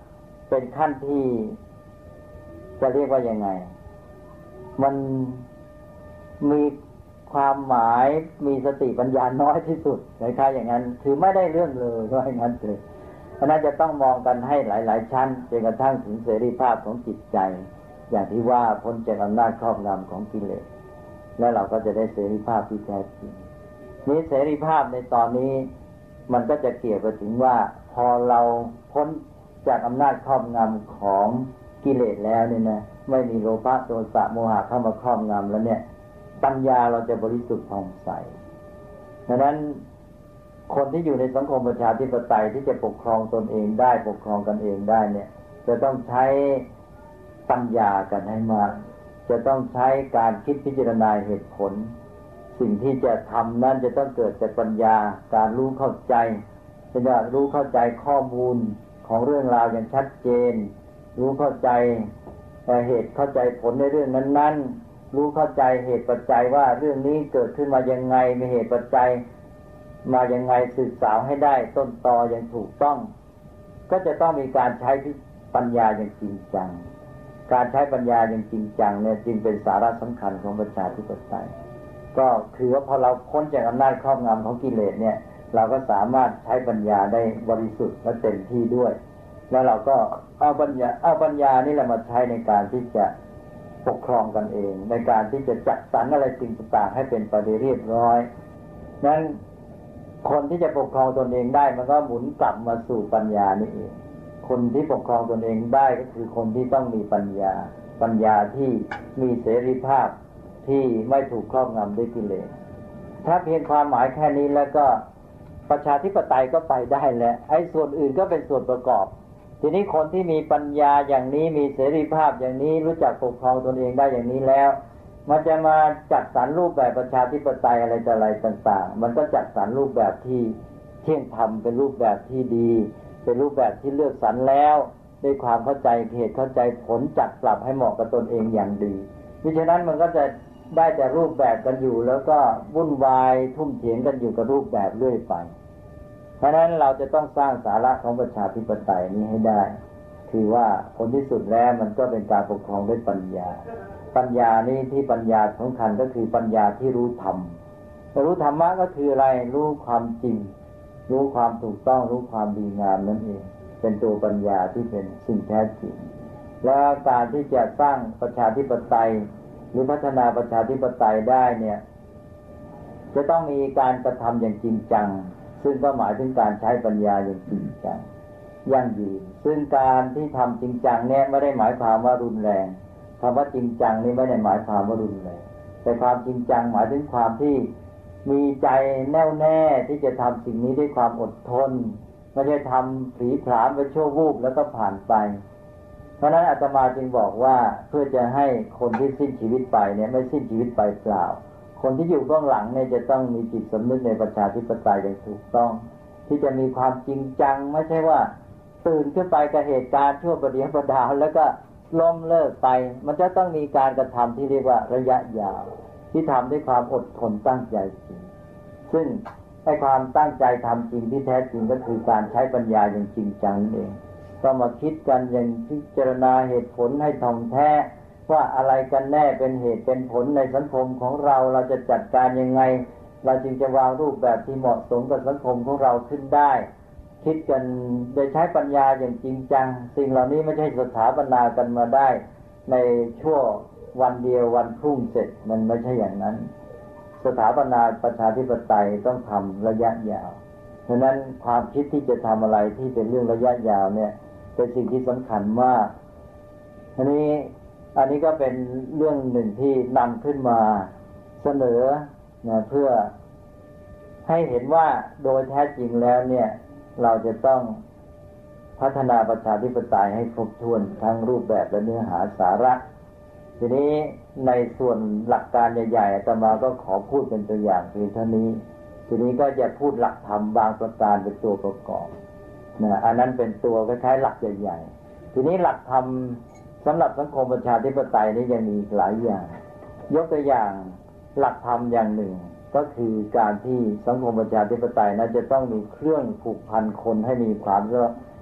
เป็นขั้นที่จะเรียกว่ายังไงมันมีความหมายมีสติปัญญาน้อยที่สุดคล้ายๆอย่างนั้นคือไม่ได้เรื่องเลยว่าอย่างนั้นเลยเพราะนั้นจะต้องมองกันให้หลายๆชั้นจนกระทั่งถึงเสรีภาพของจิตใจอย่างที่ว่าพ้นจากอำนาจครอบงำของกิเลสแล้วเราก็จะได้เสรีภาพที่แท้จริงนี้เสรีภาพในตอนนี้มันก็จะเกี่ยวไปถึงว่าพอเราพ้นจากอำนาจครอบงำของกิเลสแล้วเนี่ยนะไม่มีโลภะโทสะโมหะเข้ามาครอบงำแล้วเนี่ยปัญญาเราจะบริสุทธิ์ผ่องใสดังนั้นคนที่อยู่ในสังคมประชาธิปไตยที่จะปกครองตนเองได้ปกครองกันเองได้เนี่ยจะต้องใช้ปัญญากันให้มากจะต้องใช้การคิดพิจารณาเหตุผลสิ่งที่จะทำนั้นจะต้องเกิดจากปัญญาการรู้เข้าใจจะรู้เข้าใจข้อมูลของเรื่องราวอย่างชัดเจนรู้เข้าใจเหตุเข้าใจผลในเรื่องนั้นๆรู้เข้าใจเหตุปัจจัยว่าเรื่องนี้เกิดขึ้นมายังไงมีเหตุปัจจัยมายังไงศึกษาให้ได้ต้นตออย่างถูกต้องก็จะต้องมีการใช้ปัญญาอย่างจริงจังการใช้ปัญญาอย่างจริงจังเนี่ยจึงเป็นสาระสำคัญของประชาธิปไตยก็คือว่าพอเราพ้นจากอำนาจครอบงำของกิเลสเนี่ยเราก็สามารถใช้ปัญญาได้บริสุทธิ์และเต็มที่ด้วยแล้วเราก็เอาปัญญานี่แหละมาใช้ในการที่จะปกครองกันเองในการที่จะจัดสรรอะไรสิ่งต่างๆให้เป็นไปเรียบร้อยนั้นคนที่จะปกครองตนเองได้มันก็หมุนกลับมาสู่ปัญญานี่เองคนที่ปกครองตนเองได้ก็คือคนที่ต้องมีปัญญาที่มีเสรีภาพที่ไม่ถูกครอบงำด้วยกิเลสถ้าเพียงความหมายแค่นี้แล้วก็ประชาธิปไตยก็ไปได้แล้วไอ้ส่วนอื่นก็เป็นส่วนประกอบทีนี้คนที่มีปัญญาอย่างนี้มีเสรีภาพอย่างนี้รู้จักปกครองตนเองได้อย่างนี้แล้วมันจะมาจัดสรรรูปแบบประชาธิปไตยอะไรต่ออะไรต่างๆมันก็จัดสรรรูปแบบที่เที่ยงธรรมเป็นรูปแบบที่ดีเป็นรูปแบบที่เลือกสรรแล้วด้วยความเข้าใจเหตุเข้าใจผลจัดปรับให้เหมาะกับตนเองอย่างดีเพราะฉะนั้นมันก็จะได้แต่รูปแบบกันอยู่แล้วก็วุ่นวายทุ่มเถียงกันอยู่กับรูปแบบเรื่อยไปเพราะฉะนั้นเราจะต้องสร้างสาระของประชาธิปไตยนี้ให้ได้คือว่าผลที่สุดแล้วมันก็เป็นการปกครองด้วยปัญญานี้ที่ปัญญาสำคัญก็คือปัญญาที่รู้ธรรมรู้ธรรมะก็คืออะไรรู้ความจริงรู้ความถูกต้องรู้ความดีงามนั่นเองเป็นตัวปัญญาที่เป็นสิ่งแท้จริงและการที่จะสร้างประชาธิปไตยหรือพัฒนาประชาธิปไตยได้เนี่ยจะต้องมีการกระทำอย่างจริงจังซึ่งก็หมายถึงการใช้ปัญญาอย่างจริงจังยั่งยืนซึ่งการที่ทำจริงจังเนี่ยไม่ได้หมายความว่ารุนแรงคำว่าจริงจังนี่ไม่ได้หมายความว่ารุนแรงแต่ความจริงจังหมายถึงความที่มีใจแน่วแน่ที่จะทำสิ่งนี้ด้วยความอดทนไม่ใช่ทำผีผลามไปชั่ววูบแล้วก็ผ่านไปเพราะนั้นอาตมาจึงบอกว่าเพื่อจะให้คนที่สิ้นชีวิตไปเนี่ยไม่สิ้นชีวิตไปเปล่าคนที่อยู่เบื้องหลังเนี่ยจะต้องมีจิตสำนึกในประชาธิปไตยอย่างถูกต้องที่จะมีความจริงจังไม่ใช่ว่าตื่นขึ้นไปกับเหตุการณ์ชั่วประเดี๋ยวประดาวแล้วก็ล้มเลิกไปมันจะต้องมีการกระทำที่เรียกว่าระยะยาวที่ทำด้วยความอดทนตั้งใจจริงซึ่งให้ความตั้งใจทำจริงที่แท้จริงก็คือการใช้ปัญญาอย่างจริงจังนั่นเองก็มาคิดกันอย่างพิจารณาเหตุผลให้ท่องแท้ว่าอะไรกันแน่เป็นเหตุเป็นผลในสังคมของเราเราจะจัดการยังไงเราจึงจะวางรูปแบบที่เหมาะสมกับสังคมของเราขึ้นได้คิดกันโดยใช้ปัญญาอย่างจริงจังสิ่งเหล่านี้ไม่ใช่สถาปนากันมาได้ในชั่ววันเดียววันพรุ่งเสร็จมันไม่ใช่อย่างนั้นสถาปนาประชาธิปไตยต้องทำระยะยาวเพราะนั้นความคิดที่จะทำอะไรที่เป็นเรื่องระยะยาวเนี่ยเป็นสิ่งที่สำคัญมากอันนี้ก็เป็นเรื่องหนึ่งที่นำขึ้นมาเสนอนะเพื่อให้เห็นว่าโดยแท้จริงแล้วเนี่ยเราจะต้องพัฒนาประชาธิปไตยให้ครบถ้วนทั้งรูปแบบและเนื้อหาสาระทีนี้ในส่วนหลักการใหญ่ๆอาตมาก็ขอพูดเป็นตัวอย่างเพียงเท่านี้ทีนี้ก็จะพูดหลักธรรมบางประการเป็นตัวประกอบนะอันนั้นเป็นตัวคล้ายๆหลักใหญ่ๆทีนี้หลักธรรมสำหรับสังคมประชาธิปไตยนี้ยังมีหลายอย่างยกตัวอย่างหลักธรรมอย่างหนึ่งก็คือการที่สังคมประชาธิปไตยนั้นจะต้องมีเครื่องผูกพันคนให้มีความ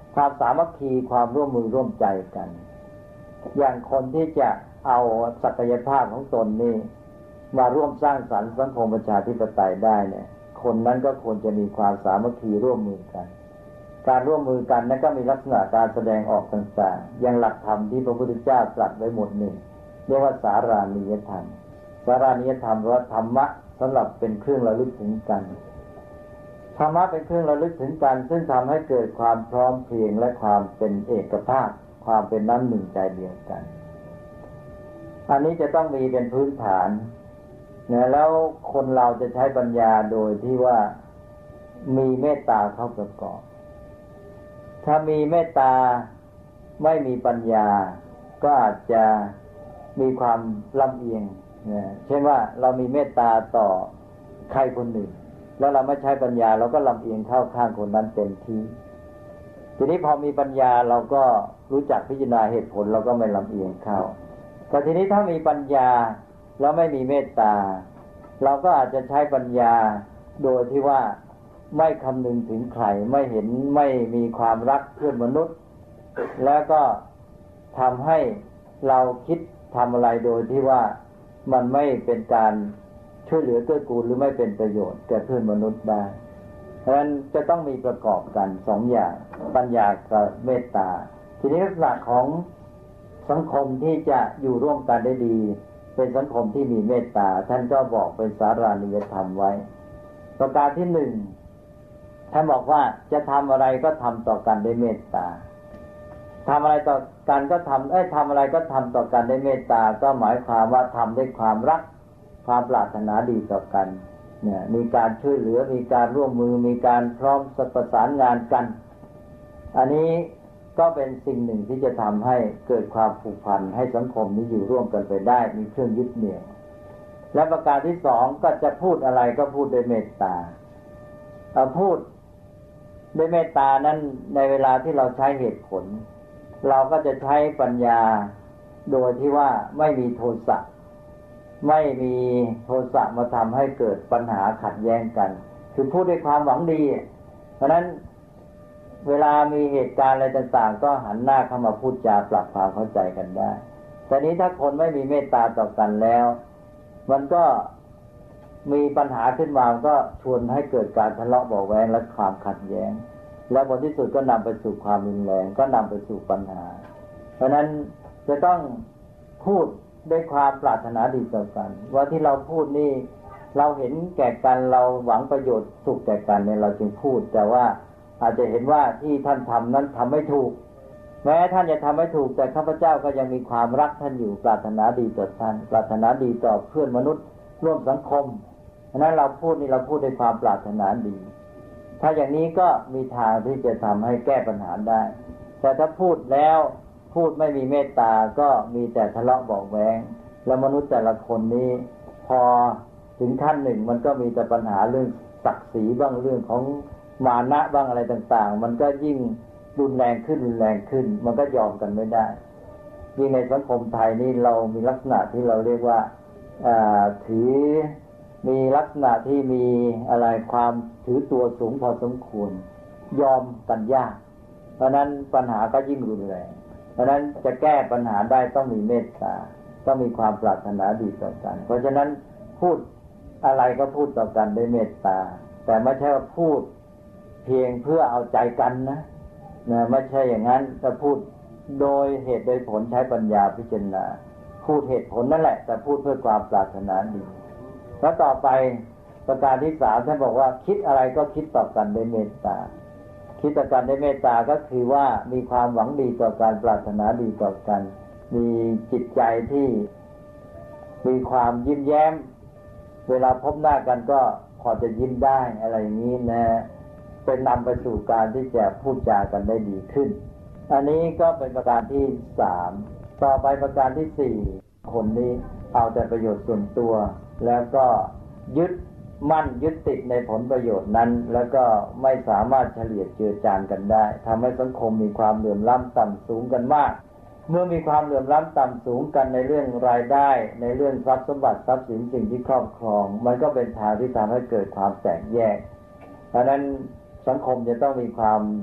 ความสามัคคีความร่วมมือร่วมใจกันอย่างคนที่จะเอาศักยภาพของตนนี่มาร่วมสร้างสรรค์สังคมประชาธิปไตยได้เนี่ยคนนั้นก็ควรจะมีความสามัคคีร่วมมือกันการร่วมมือกันนั้นก็มีลักษณะการแสดงออกต่างๆอย่างหลักธรรมที่พระพุทธเจ้าตรัสไว้หมดหนึ่งเรียกว่าสารานิยธรรมสารานิยธรรมว่าธรรมะสำหรับเป็นเครื่องระลึกถึงกันธรรมะเป็นเครื่องระลึกถึงกันซึ่งทำให้เกิดความพร้อมเพรียงและความเป็นเอกภาพความเป็นน้ำหนึ่งใจเดียวกันอันนี้จะต้องมีเป็นพื้นฐานนะแล้วคนเราจะใช้ปัญญาโดยที่ว่ามีเมตตาเข้าประกอบถ้ามีเมตตาไม่มีปัญญาก็อาจจะมีความลำเอียงนะเช่นว่าเรามีเมตตาต่อใครคนหนึ่งแล้วเราไม่ใช้ปัญญาเราก็ลำเอียงเข้าข้างคนนั้นเต็มที่ทีนี้พอมีปัญญาเราก็รู้จักพิจารณาเหตุผลเราก็ไม่ลำเอียงเข้าแต่ทีนี้ถ้ามีปัญญาแล้วไม่มีเมตตาเราก็อาจจะใช้ปัญญาโดยที่ว่าไม่คำนึงถึงใครไม่เห็นไม่มีความรักเพื่อนมนุษย์แล้วก็ทำให้เราคิดทำอะไรโดยที่ว่ามันไม่เป็นการช่วยเหลือเกื้อกูลหรือไม่เป็นประโยชน์แก่เพื่อนมนุษย์ได้เพราะฉะนั้นจะต้องมีประกอบกันสองอย่างปัญญากับเมตตาทีนี้ลักษณะของสังคมที่จะอยู่ร่วมกันได้ดีเป็นสังคมที่มีเมตตาท่านก็บอกเป็นสารานิยธรรมไว้ประการที่หนึ่งท่านบอกว่าจะทำอะไรก็ทำต่อกันด้วยเมตตาทำอะไรต่อกันก็ทำอะไรก็ทำต่อกันด้วยเมตตาก็หมายความว่าทำด้วยความรักความปรารถนาดีต่อกันเนี่ยมีการช่วยเหลือมีการร่วมมือมีการพร้อมประสานงานกันอันนี้ก็เป็นสิ่งหนึ่งที่จะทำให้เกิดความผูกพันให้สังคมนี้อยู่ร่วมกันไปได้มีเครื่องยึดเหนี่ยวและประการที่สองก็จะพูดอะไรก็พูดด้วยเมตตาพูดด้วยเมตตานั้นในเวลาที่เราใช้เหตุผลเราก็จะใช้ปัญญาโดยที่ว่าไม่มีโทสะไม่มีโทสะมาทำให้เกิดปัญหาขัดแย้งกันคือพูดด้วยความหวังดีเพราะฉะนั้นเวลามีเหตุการณ์อะไรต่างๆก็หันหน้าเข้ามาพูดจาปรับความเข้าใจกันได้แต่นี้ถ้าคนไม่มีเมตตาต่อกันแล้วมันก็มีปัญหาขึ้นมาก็ชวนให้เกิดการทะเลาะเบาะแว้งและความขัดแย้งและผลที่สุดก็นำไปสู่ความรุนแรงก็นำไปสู่ปัญหาเพราะฉะนั้นจะต้องพูดด้วยความปรารถนาดีต่อกันว่าที่เราพูดนี่เราเห็นแก่กันเราหวังประโยชน์สุขแก่กันเนี่ยเราจึงพูดแต่ว่าอาจจะเห็นว่าที่ท่านทำนั้นทำไม่ถูกแม้ท่านจะทำไม่ถูกแต่ข้าพเจ้าก็ยังมีความรักท่านอยู่ปรารถนาดีต่อท่านปรารถนาดีต่อเพื่อนมนุษย์ร่วมสังคมเพราะนั้นเราพูดนี่เราพูดด้วยความปรารถนาดีถ้าอย่างนี้ก็มีทางที่จะทำให้แก้ปัญหาได้แต่ถ้าพูดแล้วพูดไม่มีเมตตาก็มีแต่ทะเลาะเบาะแว้งแล้วมนุษย์แต่ละคนนี้พอถึงขั้นหนึ่งมันก็มีแต่ปัญหาเรื่องศักดิ์ศรีบ้างเรื่องของมานะบ้างอะไรต่างๆมันก็ยิ่งรุนแรงขึ้นมันก็ยอมกันไม่ได้ยิ่งในสังคมไทยนี่เรามีลักษณะที่เราเรียกว่าถือมีลักษณะที่มีอะไรความถือตัวสูงพอสมควรยอมกันยากเพราะนั้นปัญหาก็ยิ่งรุนแรงเพราะนั้นจะแก้ปัญหาได้ต้องมีเมตตาต้องมีความปรารถนาดีต่อกันเพราะฉะนั้นพูดอะไรก็พูดต่อกันด้วยเมตตาแต่ไม่ใช่ว่าพูดเพียงเพื่อเอาใจกันนะไม่ใช่อย่างนั้นจะพูดโดยเหตุโดยผลใช้ปัญญาพิจารณาพูดเหตุผลนั่นแหละแต่พูดเพื่อความปรารถนาดีแล้วต่อไปประการที่สามท่านบอกว่าคิดอะไรก็คิดต่อกันด้วยเมตตาคิดต่อกันด้วยเมตตาก็คือว่ามีความหวังดีต่อการปรารถนาดีต่อกันมีจิตใจที่มีความยิ้มแย้มเวลาพบหน้ากันก็พอจะยิ้มได้อะไรอย่างนี้นะเป็นนำไปสู่การที่จะพูดจากันได้ดีขึ้นอันนี้ก็เป็นประการที่สามต่อไปประการที่สี่คนนี้เอาแต่ประโยชน์ส่วนตัวแล้วก็ยึดมั่นยึดติดในผลประโยชน์นั้นแล้วก็ไม่สามารถเฉลี่ยเจือจานกันได้ทำให้สังคมมีความเหลื่อมล้ำต่ำสูงกันมากเมื่อมีความเหลื่อมล้ำต่ำสูงกันในเรื่องรายได้ในเรื่องทรัพย์สมบัติทรัพย์สินสิ่งที่ครอบครองมันก็เป็นทางที่ทำให้เกิดความแตกแยกเพราะนั้นสังคมจะต้องมีความ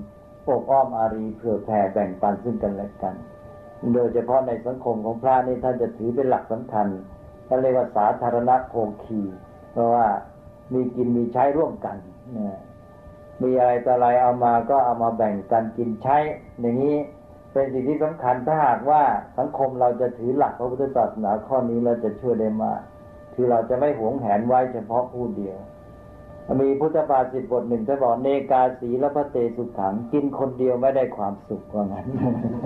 อบอ้อมอารีเผื่อแผ่แบ่งปันซึ่งกันและกันโดยเฉพาะในสังคมของพระนี่ท่านจะถือเป็นหลักสำคัญท่านเรียกว่าสาธารณโภคีเพราะว่ามีกินมีใช้ร่วมกันนะมีอะไรต่ออะไรเอามาก็เอามาแบ่งกันกินใช้อย่างนี้เป็นสิ่งที่สำคัญถ้าหากว่าสังคมเราจะถือหลักพระพุทธศาสนาข้อนี้เราจะช่วยได้มากคือเราจะไม่หวงแหนไว้เฉพาะผู้เดียวมีพุทธภาษิตบทหนึ่งท่านบอกเนกาสีละพะเตสุขังกินคนเดียวไม่ได้ความสุขว่างั้น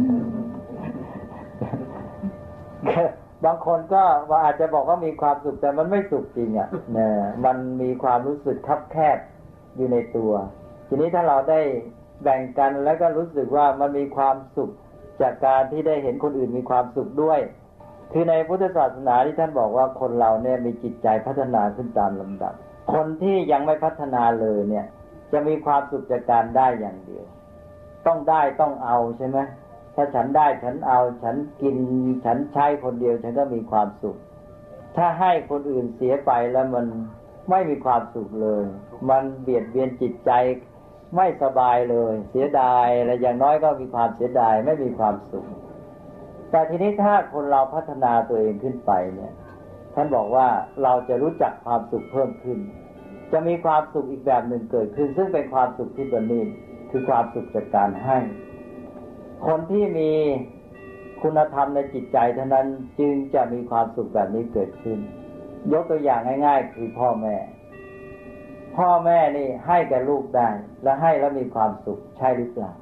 บางคนก็ว่าอาจจะบอกว่ามีความสุขแต่มันไม่สุขจริงอ่ะนะมันมีความรู้สึกคับแคบอยู่ในตัวทีนี้ถ้าเราได้แบ่งกันแล้วก็รู้สึกว่ามันมีความสุขจากการที่ได้เห็นคนอื่นมีความสุขด้วยคือในพุทธศาสนาที่ท่านบอกว่าคนเราเนี่ยมีจิตใจพัฒนาขึ้นตามลำดับคนที่ยังไม่พัฒนาเลยเนี่ยจะมีความสุขจากการได้อย่างเดียวต้องได้ต้องเอาใช่ไหมถ้าฉันได้ฉันเอาฉันกินฉันใช้คนเดียวฉันก็มีความสุขถ้าให้คนอื่นเสียไปแล้วมันไม่มีความสุขเลยมันเบียดเบียนจิตใจไม่สบายเลยเสียดายอะไรอย่างน้อยก็มีความเสียดายไม่มีความสุขแต่ทีนี้ถ้าคนเราพัฒนาตัวเองขึ้นไปเนี่ยท่านบอกว่าเราจะรู้จักความสุขเพิ่มขึ้นจะมีความสุขอีกแบบหนึ่งเกิดขึ้นซึ่งเป็นความสุขที่ประณีตคือความสุขจากการให้คนที่มีคุณธรรมในจิตใจเท่านั้นจึงจะมีความสุขแบบนี้เกิดขึ้นยกตัวอย่างง่ายๆคือพ่อแม่นี่ให้แก่ลูกได้และให้แล้วมีความสุขใช่หรือเปล่า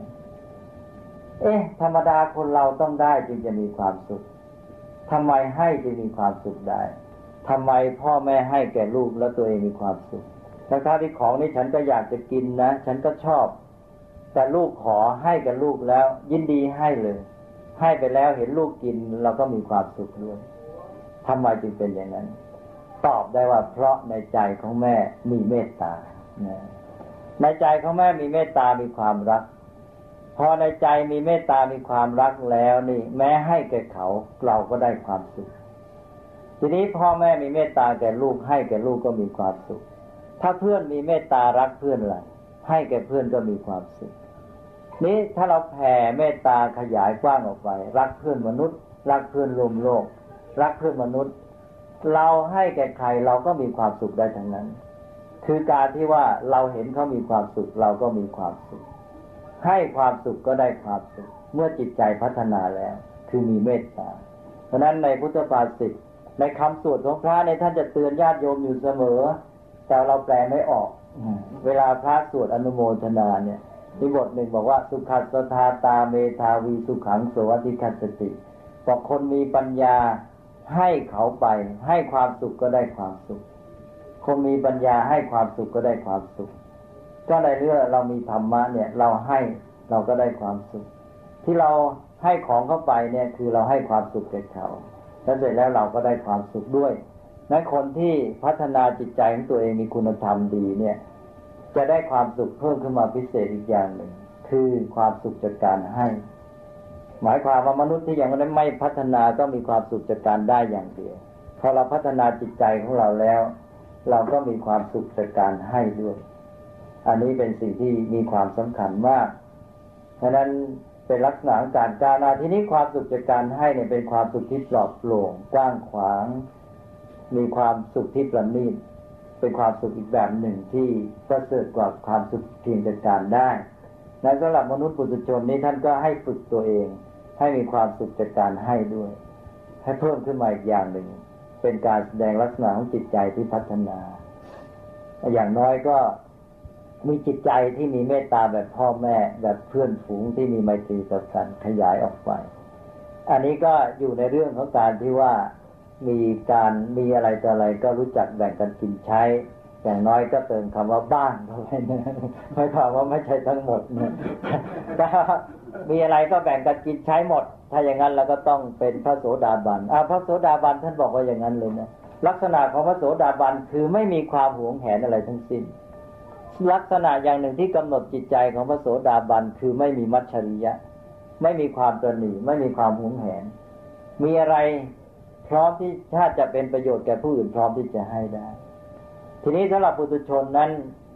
ธรรมดาคนเราต้องได้จึงจะมีความสุขทำไมให้จึงมีความสุขได้ทำไมพ่อแม่ให้แก่ลูกแล้วตัวเองมีความสุขทั้งที่ของนี้ฉันก็อยากจะกินนะฉันก็ชอบแต่ลูกขอให้กับลูกแล้วยินดีให้เลยให้ไปแล้วเห็นลูกกินเราก็มีความสุขด้วยทำไมจึงเป็นอย่างนั้นตอบได้ว่าเพราะในใจของแม่มีเมตตาในใจของแม่มีเมตตามีความรักพอในใจมีเมตตามีความรักแล้วนี่แม้ให้แก่เขาเราก็ได้ความสุขทีนี้พ่อแม่มีเมตตาแก่ลูกให้แก่ลูกก็มีความสุขถ้าเพื่อนมีเมตตารักเพื่อนล่ะให้แก่เพื่อนก็มีความสุขนี้ถ้าเราแผ่เมตตาขยายกว้างออกไปรักเพื่อนมนุษย์รักเพื่อนรวมโลกรักเพื่อนมนุษย์เราให้แก่ใครเราก็มีความสุขได้ทั้งนั้นคือการที่ว่าเราเห็นเขามีความสุขเราก็มีความสุขให้ความสุขก็ได้ความสุขเมื่อจิตใจพัฒนาแล้วคือมีเมตตาเพราะนั้นในพุทธภาษิตในคำสวดของพระในท่านจะเตือนญาติโยมอยู่เสมอแต่เราแปลไม่ออกเวลาพระสวดอนุโมทนาเนี่ยมีบทหนึ่งบอกว่าสุขัสสทาตาเมธาวีสุขังโสอธิคัสสติบอกคนมีปัญญาให้เขาไปให้ความสุขก็ได้ความสุขคนมีปัญญาให้ความสุขก็ได้ความสุขก็ในเรื่องเรามีธรรมะเนี่ยเราให้เราก็ได้ความสุขที่เราให้ของเข้าไปเนี่ยคือเราให้ความสุขแก่เขาแล้วเสร็จแล้วเราก็ได้ความสุขด้วยนั้นคนที่พัฒนาจิตใจของตัวเองมีคุณธรรมดีเนี่ยจะได้ความสุขเพิ่มขึ้นมาพิเศษอีกอย่างหนึ่งคือความสุขจากการให้หมายความว่ามนุษย์ที่ยังไม่พัฒนาก็มีความสุขจากการได้อย่างเดียวพอเราพัฒนาจิตใจของเราแล้วเราก็มีความสุขจากการให้ด้วยอันนี้เป็นสิ่งที่มีความสำคัญมากเพราะนั้นเป็นลักษณะของการก้าวหน้าที่นี้ความสุขจากการให้เนี่ยเป็นความสุขที่ปลอดโปร่งกว้างขวางมีความสุขที่ประณีตเป็นความสุขอีกแบบหนึ่งที่ประเสริฐกว่าความสุขเพียงจากการได้ในสำหรับมนุษย์ปุถุชนนี้ท่านก็ให้ฝึกตัวเองให้มีความสุขจากการให้ด้วยให้เพิ่มขึ้นมาอีกอย่างหนึ่งเป็นการแสดงลักษณะของจิตใจที่พัฒนาอย่างน้อยก็มีจิตใจที่มีเมตตาแบบพ่อแม่แบบเพื่อนฝูงที่มีไมตรีต่อกันขยายออกไปอันนี้ก็อยู่ในเรื่องของการที่ว่ามีอะไรต่ออะไรก็รู้จักแบ่งกันกินใช้อย่างน้อยก็เติมคำว่าบ้างเข้าไปนะไม่ถามว่าไม่ใช่ทั้งหมดนะถ้ามีอะไรก็แบ่งกันกินใช้หมดถ้าอย่างนั้นเราก็ต้องเป็นพระโสดาบันพระโสดาบันท่านบอกว่าอย่างนั้นเลยนะลักษณะของพระโสดาบันคือไม่มีความหวงแหนอะไรทั้งสิ้นลักษณะอย่างหนึ่งที่กำหนดจิตใจของพระโสดาบันคือไม่มีมัจฉริยะไม่มีความตระหนี่ไม่มีความหวงแหนมีอะไรพร้อมที่ถ้าจะเป็นประโยชน์แก่ผู้อื่นพร้อมที่จะให้ได้ทีนี้สำหรับปุถุชนนั้น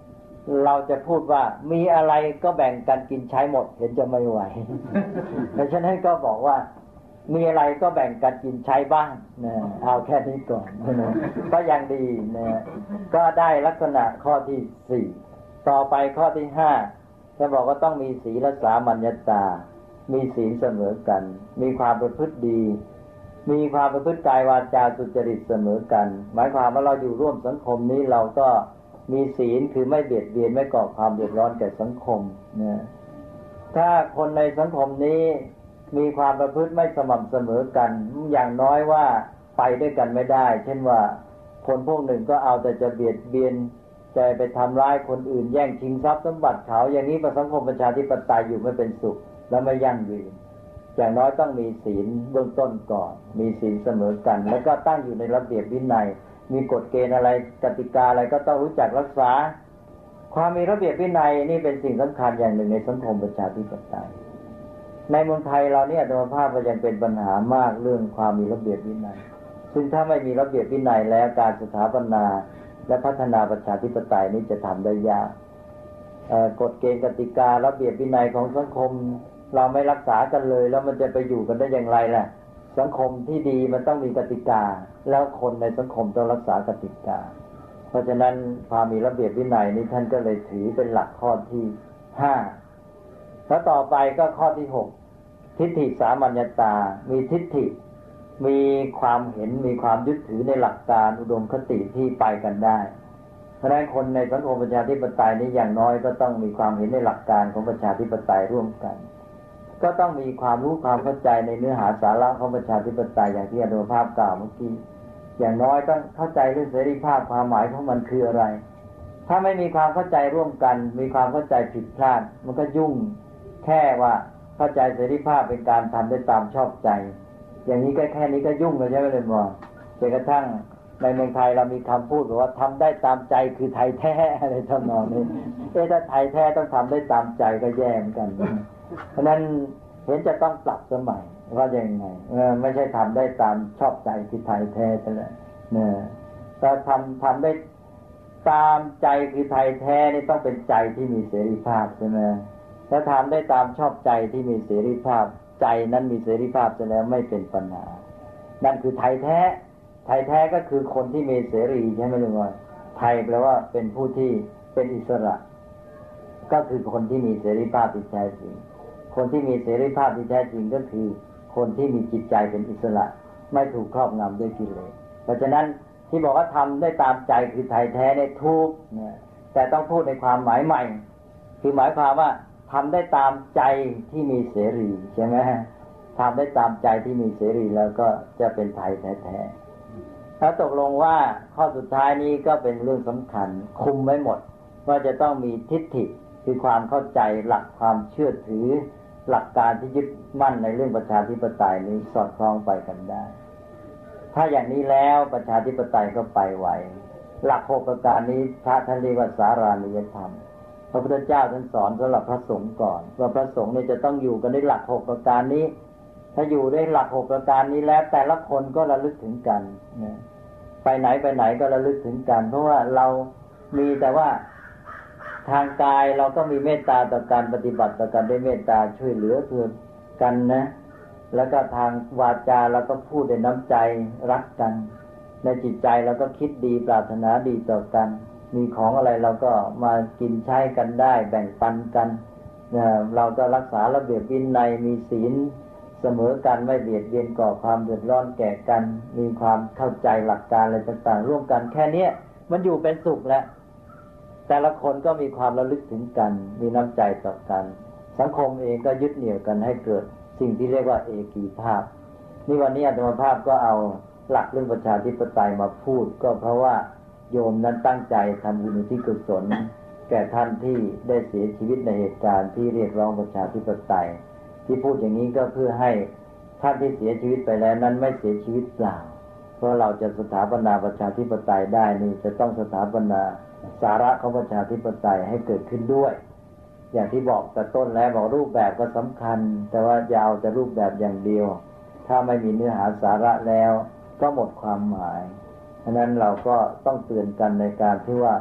เราจะพูดว่ามีอะไรก็แบ่งกันกินใช้หมดเห็นจะไม่ไหว เพราะฉะนั้นก็บอกว่ามีอะไรก็แบ่งกันกินใช้บ้างนะเอาแค่นี้ก่อนนะก็ยังดีนะก็ได้ลักษณะข้อที่ 4ต่อไปข้อที่ 5จะบอกว่าต้องมีศีลสามัญญตามีศีลเสมอกันมีความประพฤติดีมีความประพฤติกายวาจาสุจริตเสมอกันหมายความว่าเราอยู่ร่วมสังคมนี้เราก็มีศีลคือไม่เบียดเบียนไม่ก่อความเดือดร้อนแก่สังคมนะถ้าคนในสังคมนี้มีความประพฤติไม่สม่ำเสมอกันอย่างน้อยว่าไปด้วยกันไม่ได้เช่นว่าคนพวกหนึ่งก็เอาแต่จะเบียดเบียนใจไปทำร้ายคนอื่นแย่งชิงทรัพย์สมบัติเขาอย่างนี้สังคมประชาธิปไตยอยู่ไม่เป็นสุขและไม่ยั่งยืนอย่างน้อยต้องมีศีลเบื้องต้นก่อนมีศีลเสมอกันแล้วก็ตั้งอยู่ในระเบียบวินัยมีกฎเกณฑ์อะไรกติกาอะไรก็ต้องรู้จักรักษาความมีระเบียบวินัยนี่เป็นสิ่งสำคัญอย่างหนึ่งในสังคมประชาธิปไตยในเมืองไทยเราเนี่ยอัตภาพก็ยังเป็นปัญหามากเรื่องความมีระเบียบวินัยซึ่งถ้าไม่มีระเบียบวินัยแล้วการสถาปนาและพัฒนาประชาธิปไตยนี้จะทำได้ยากกฎเกณฑ์กติการะเบียบวินัยของสังคมเราไม่รักษากันเลยแล้วมันจะไปอยู่กันได้อย่างไรล่ะสังคมที่ดีมันต้องมีกติกาแล้วคนในสังคมต้องรักษากติกาเพราะฉะนั้นความมีระเบียบวินัยนี้ท่านก็เลยถือเป็นหลักข้อที่ 5แล้วต่อไปก็ข้อที่ 6ทิฏฐิสามัญญตามีทิฏฐิมีความเห็นมีความยึดถือในหลักการอุดมคติที่ไปกันได้เพราะฉะนั้นคนในสังคมประชาธิปไตยนี้อย่างน้อยก็ต้องมีความเห็นในหลักการของประชาธิปไตยร่วมกันก็ต้องมีความรู้ความเข้าใจในเนื้อหาสาระของประชาธิปไตยอย่างที่อาจารย์ภาพกล่าวเมื่อกี้อย่างน้อยต้องเข้าใจเรื่องเสรีภาพความหมายของมันคืออะไรถ้าไม่มีความเข้าใจร่วมกันมีความเข้าใจผิดพลาดมันก็ยุ่งแค่ว่าเข้าใจเสรีภาพเป็นการทำได้ตามชอบใจอย่างนี้ก็แค่นี้ก็ยุ่งเลยใช่ไหมเลยมองจนกระทั่งในเมืองไทยเรามีคำพูดว่าทำได้ตามใจคือไทยแท้อะไรทำนองนี้ถ้าไทยแท้ต้องทำได้ตามใจก็แย่เหมือนกันเพราะนั้นเห็นจะต้องปรับสมัยว่าอย่างไงไม่ใช่ทำได้ตามชอบใจคือไทยแท้ใช่ไหมเนี่ยถ้าทำได้ตามใจคือไทยแท้นี่ต้องเป็นใจที่มีเสรีภาพใช่ไหมถ้าทำได้ตามชอบใจที่มีเสรีภาพใจนั้นมีเสรีภาพจะแล้วไม่เป็นปัญหานั่นคือไทยแท้ไทยแท้ก็คือคนที่มีเสรีใช่ไหมลุงว่าไทยแปลว่าเป็นผู้ที่เป็นอิสระก็คือคนที่มีเสรีภาพที่แท้จริงคนที่มีเสรีภาพที่แท้จริงก็คือคนที่มีจิตใจเป็นอิสระไม่ถูกครอบงำด้วยกิเลสเพราะฉะนั้นที่บอกว่าทำได้ตามใจคือไทยแท้เนี่ยถูกเนี่ยแต่ต้องพูดในความหมายใหม่คือหมายความว่าทำได้ตามใจที่มีเสรีใช่ไหมทำได้ตามใจที่มีเสรีแล้วก็จะเป็นไทยแท้ๆถ้าตกลงว่าข้อสุดท้ายนี้ก็เป็นเรื่องสำคัญคุมไว้หมดว่าจะต้องมีทิฏฐิคือความเข้าใจหลักความเชื่อถือหลักการที่ยึดมั่นในเรื่องประชาธิปไตยนี้สอดคล้องไปกันได้ถ้าอย่างนี้แล้วประชาธิปไตยก็ไปไหวหลัก6ประการนี้พระท่านเรียกว่าสารานิยธรรมพระพุทธเจ้าท่านสอนสำหรับพระสงฆ์ก่อนว่าพระสงฆ์เนี่ยจะต้องอยู่กันในหลัก6ประการนี้ถ้าอยู่ในหลัก6ประการนี้แล้วแต่ละคนก็ระลึกถึงกันนะไปไหนก็ระลึกถึงกันเพราะว่าเรามีแต่ว่าทางกายเราก็มีเมตตาต่อการปฏิบัติต่อกันด้วยเมตตาช่วยเหลือเพื่อกันนะแล้วก็ทางวาจาเราก็พูดด้วยน้ำใจรักกันในจิตใจเราก็คิดดีปรารถนาดีต่อกันมีของอะไรเราก็มากินใช้กันได้แบ่งปันกันเราก็รักษาระเบียบวินัยมีศีลเสมอกันไม่เบียดเบียนก่อความเดือดร้อนแก่กันมีความเข้าใจหลักการอะไรต่างๆร่วมกันแค่นี้มันอยู่เป็นสุขแล้วแต่ละคนก็มีความระลึกถึงกันมีน้ำใจต่อกันสังคมเองก็ยึดเหนี่ยวกันให้เกิดสิ่งที่เรียกว่าเอกีภาพนี่วันนี้อาตมาภาพก็เอาหลักเรื่องประชาธิปไตยมาพูดก็เพราะว่าโยมนั้นตั้งใจทำบุญอุทิศกุศลแก่ท่านที่ได้เสียชีวิตในเหตุการณ์ที่เรียกร้องประชาธิปไตยที่พูดอย่างนี้ก็เพื่อให้ท่านที่เสียชีวิตไปแล้วนั้นไม่เสียชีวิตเปล่าเพราะเราจะสถาปนาประชาธิปไตยได้นี่จะต้องสถาปนาสาระของประชาธิปไตยให้เกิดขึ้นด้วยอย่างที่บอกแต่ต้นแล้วบอกรูปแบบก็สำคัญแต่ว่าอย่าเอาแต่รูปแบบอย่างเดียวถ้าไม่มีเนื้อหาสาระแล้วก็หมดความหมายฉะนั้นเราก็ต้องเตือนกันในการที่ว่า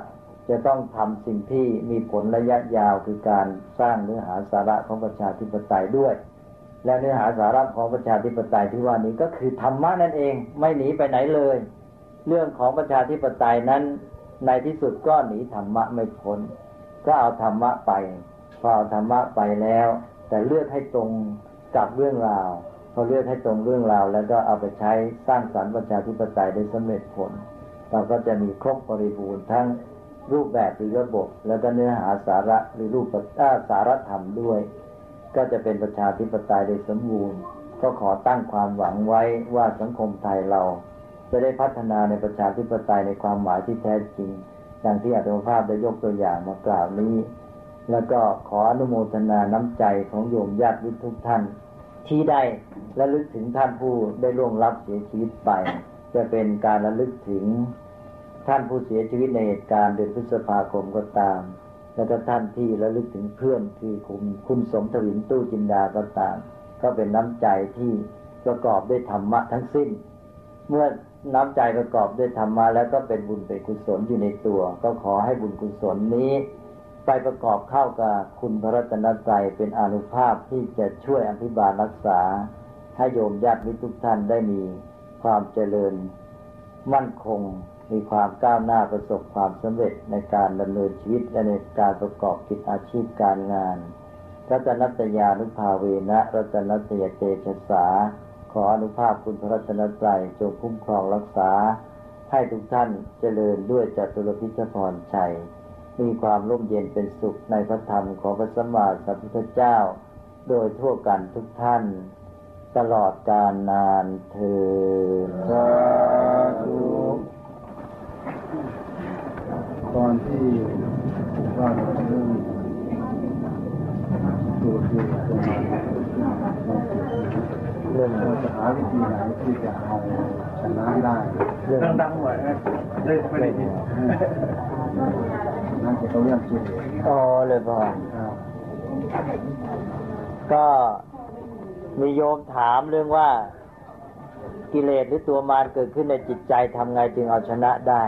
จะต้องทำสิ่งที่มีผลระยะยาวคือการสร้างเนื้อหาสาระของประชาธิปไตยด้วยและเนื้อหาสาระของประชาธิปไตยที่ว่านี้ก็คือธรรมะนั่นเองไม่หนีไปไหนเลยเรื่องของประชาธิปไตยนั้นในที่สุดก็หนีธรรมะไม่พ้นก็เอาธรรมะไปพอเอาธรรมะไปแล้วแต่เลือกให้ตรงกับเรื่องราวพอเลือกให้ตรงเรื่องราวแล้วก็เอาไปใช้สร้างสรรค์ประชาธิปไตยได้สำเร็จผลเราก็จะมีครบบริบูรณ์ทั้งรูปแบบหรือระบบแล้วก็เนื้อหาสาระหรือสารธรรมด้วยก็จะเป็นประชาธิปไตยโดยสมบูรณ์ก็ขอตั้งความหวังไว้ว่าสังคมไทยเราจะได้พัฒนาในประชาธิปไตยในความหมายที่แท้จริงดังที่อาตมาภาพได้ยกตัวอย่างมากล่าวนี้แล้วก็ขออนุโมทนาน้ำใจของโยมญาติมิตรทุกท่านที่ได้ระลึกถึงท่านผู้ได้ล่วงลับเสียชีวิตไปจะเป็นการระลึกถึงท่านผู้เสียชีวิตในเหตุการณ์เดือนพฤษภาคมก็ตามแล้วก็ท่านที่ระลึกถึงเพื่อนคือคุณสมทวินตู้จินดาก็ตามก็เป็นน้ำใจที่ประกอบด้วยธรรมะทั้งสิ้นเมื่อน้ำใจประกอบด้วยธรรมะแล้วก็เป็นบุญเป็นกุศลอยู่ในตัวก็ขอให้บุญกุศลนี้ไปประกอบเข้ากับคุณพระรัตนตรัยเป็นอานุภาพที่จะช่วยอภิบาลรักษาให้โยมญาติมิตรทุกท่านได้มีความเจริญมั่นคงมีความก้าวหน้าประสบความสำเร็จในการดำเนินชีวิตและในการประกอบกิจอาชีพการงานรัตนัตยานุภาเวนะรัตนัตยเตชะสาขออนุภาพคุณพระรัตนตรัยจงคุ้มครองรักษาให้ทุกท่านเจริญด้วยจตุรพิธพรชัยมีความร่มเย็นเป็นสุขในพระธรรมของพระสัมมาสัมพุทธเจ้าโดยทั่วกันทุกท่านตลอดกาลนานเทอญสาธุตอนที่ว่าเรื่องตัวที่จะมาเรื่องจะหาวิธีไหนที่จะเอาชนะได้เรื่องดังหน่อยนะได้ไม่ได้ยินนั่นจะต้องเรื่องจริงอ๋อเลยพ่อก็มีโยมถามเรื่องว่ากิเลสหรือตัวมารเกิดขึ้นในจิตใจทำไงจึงเอาชนะได้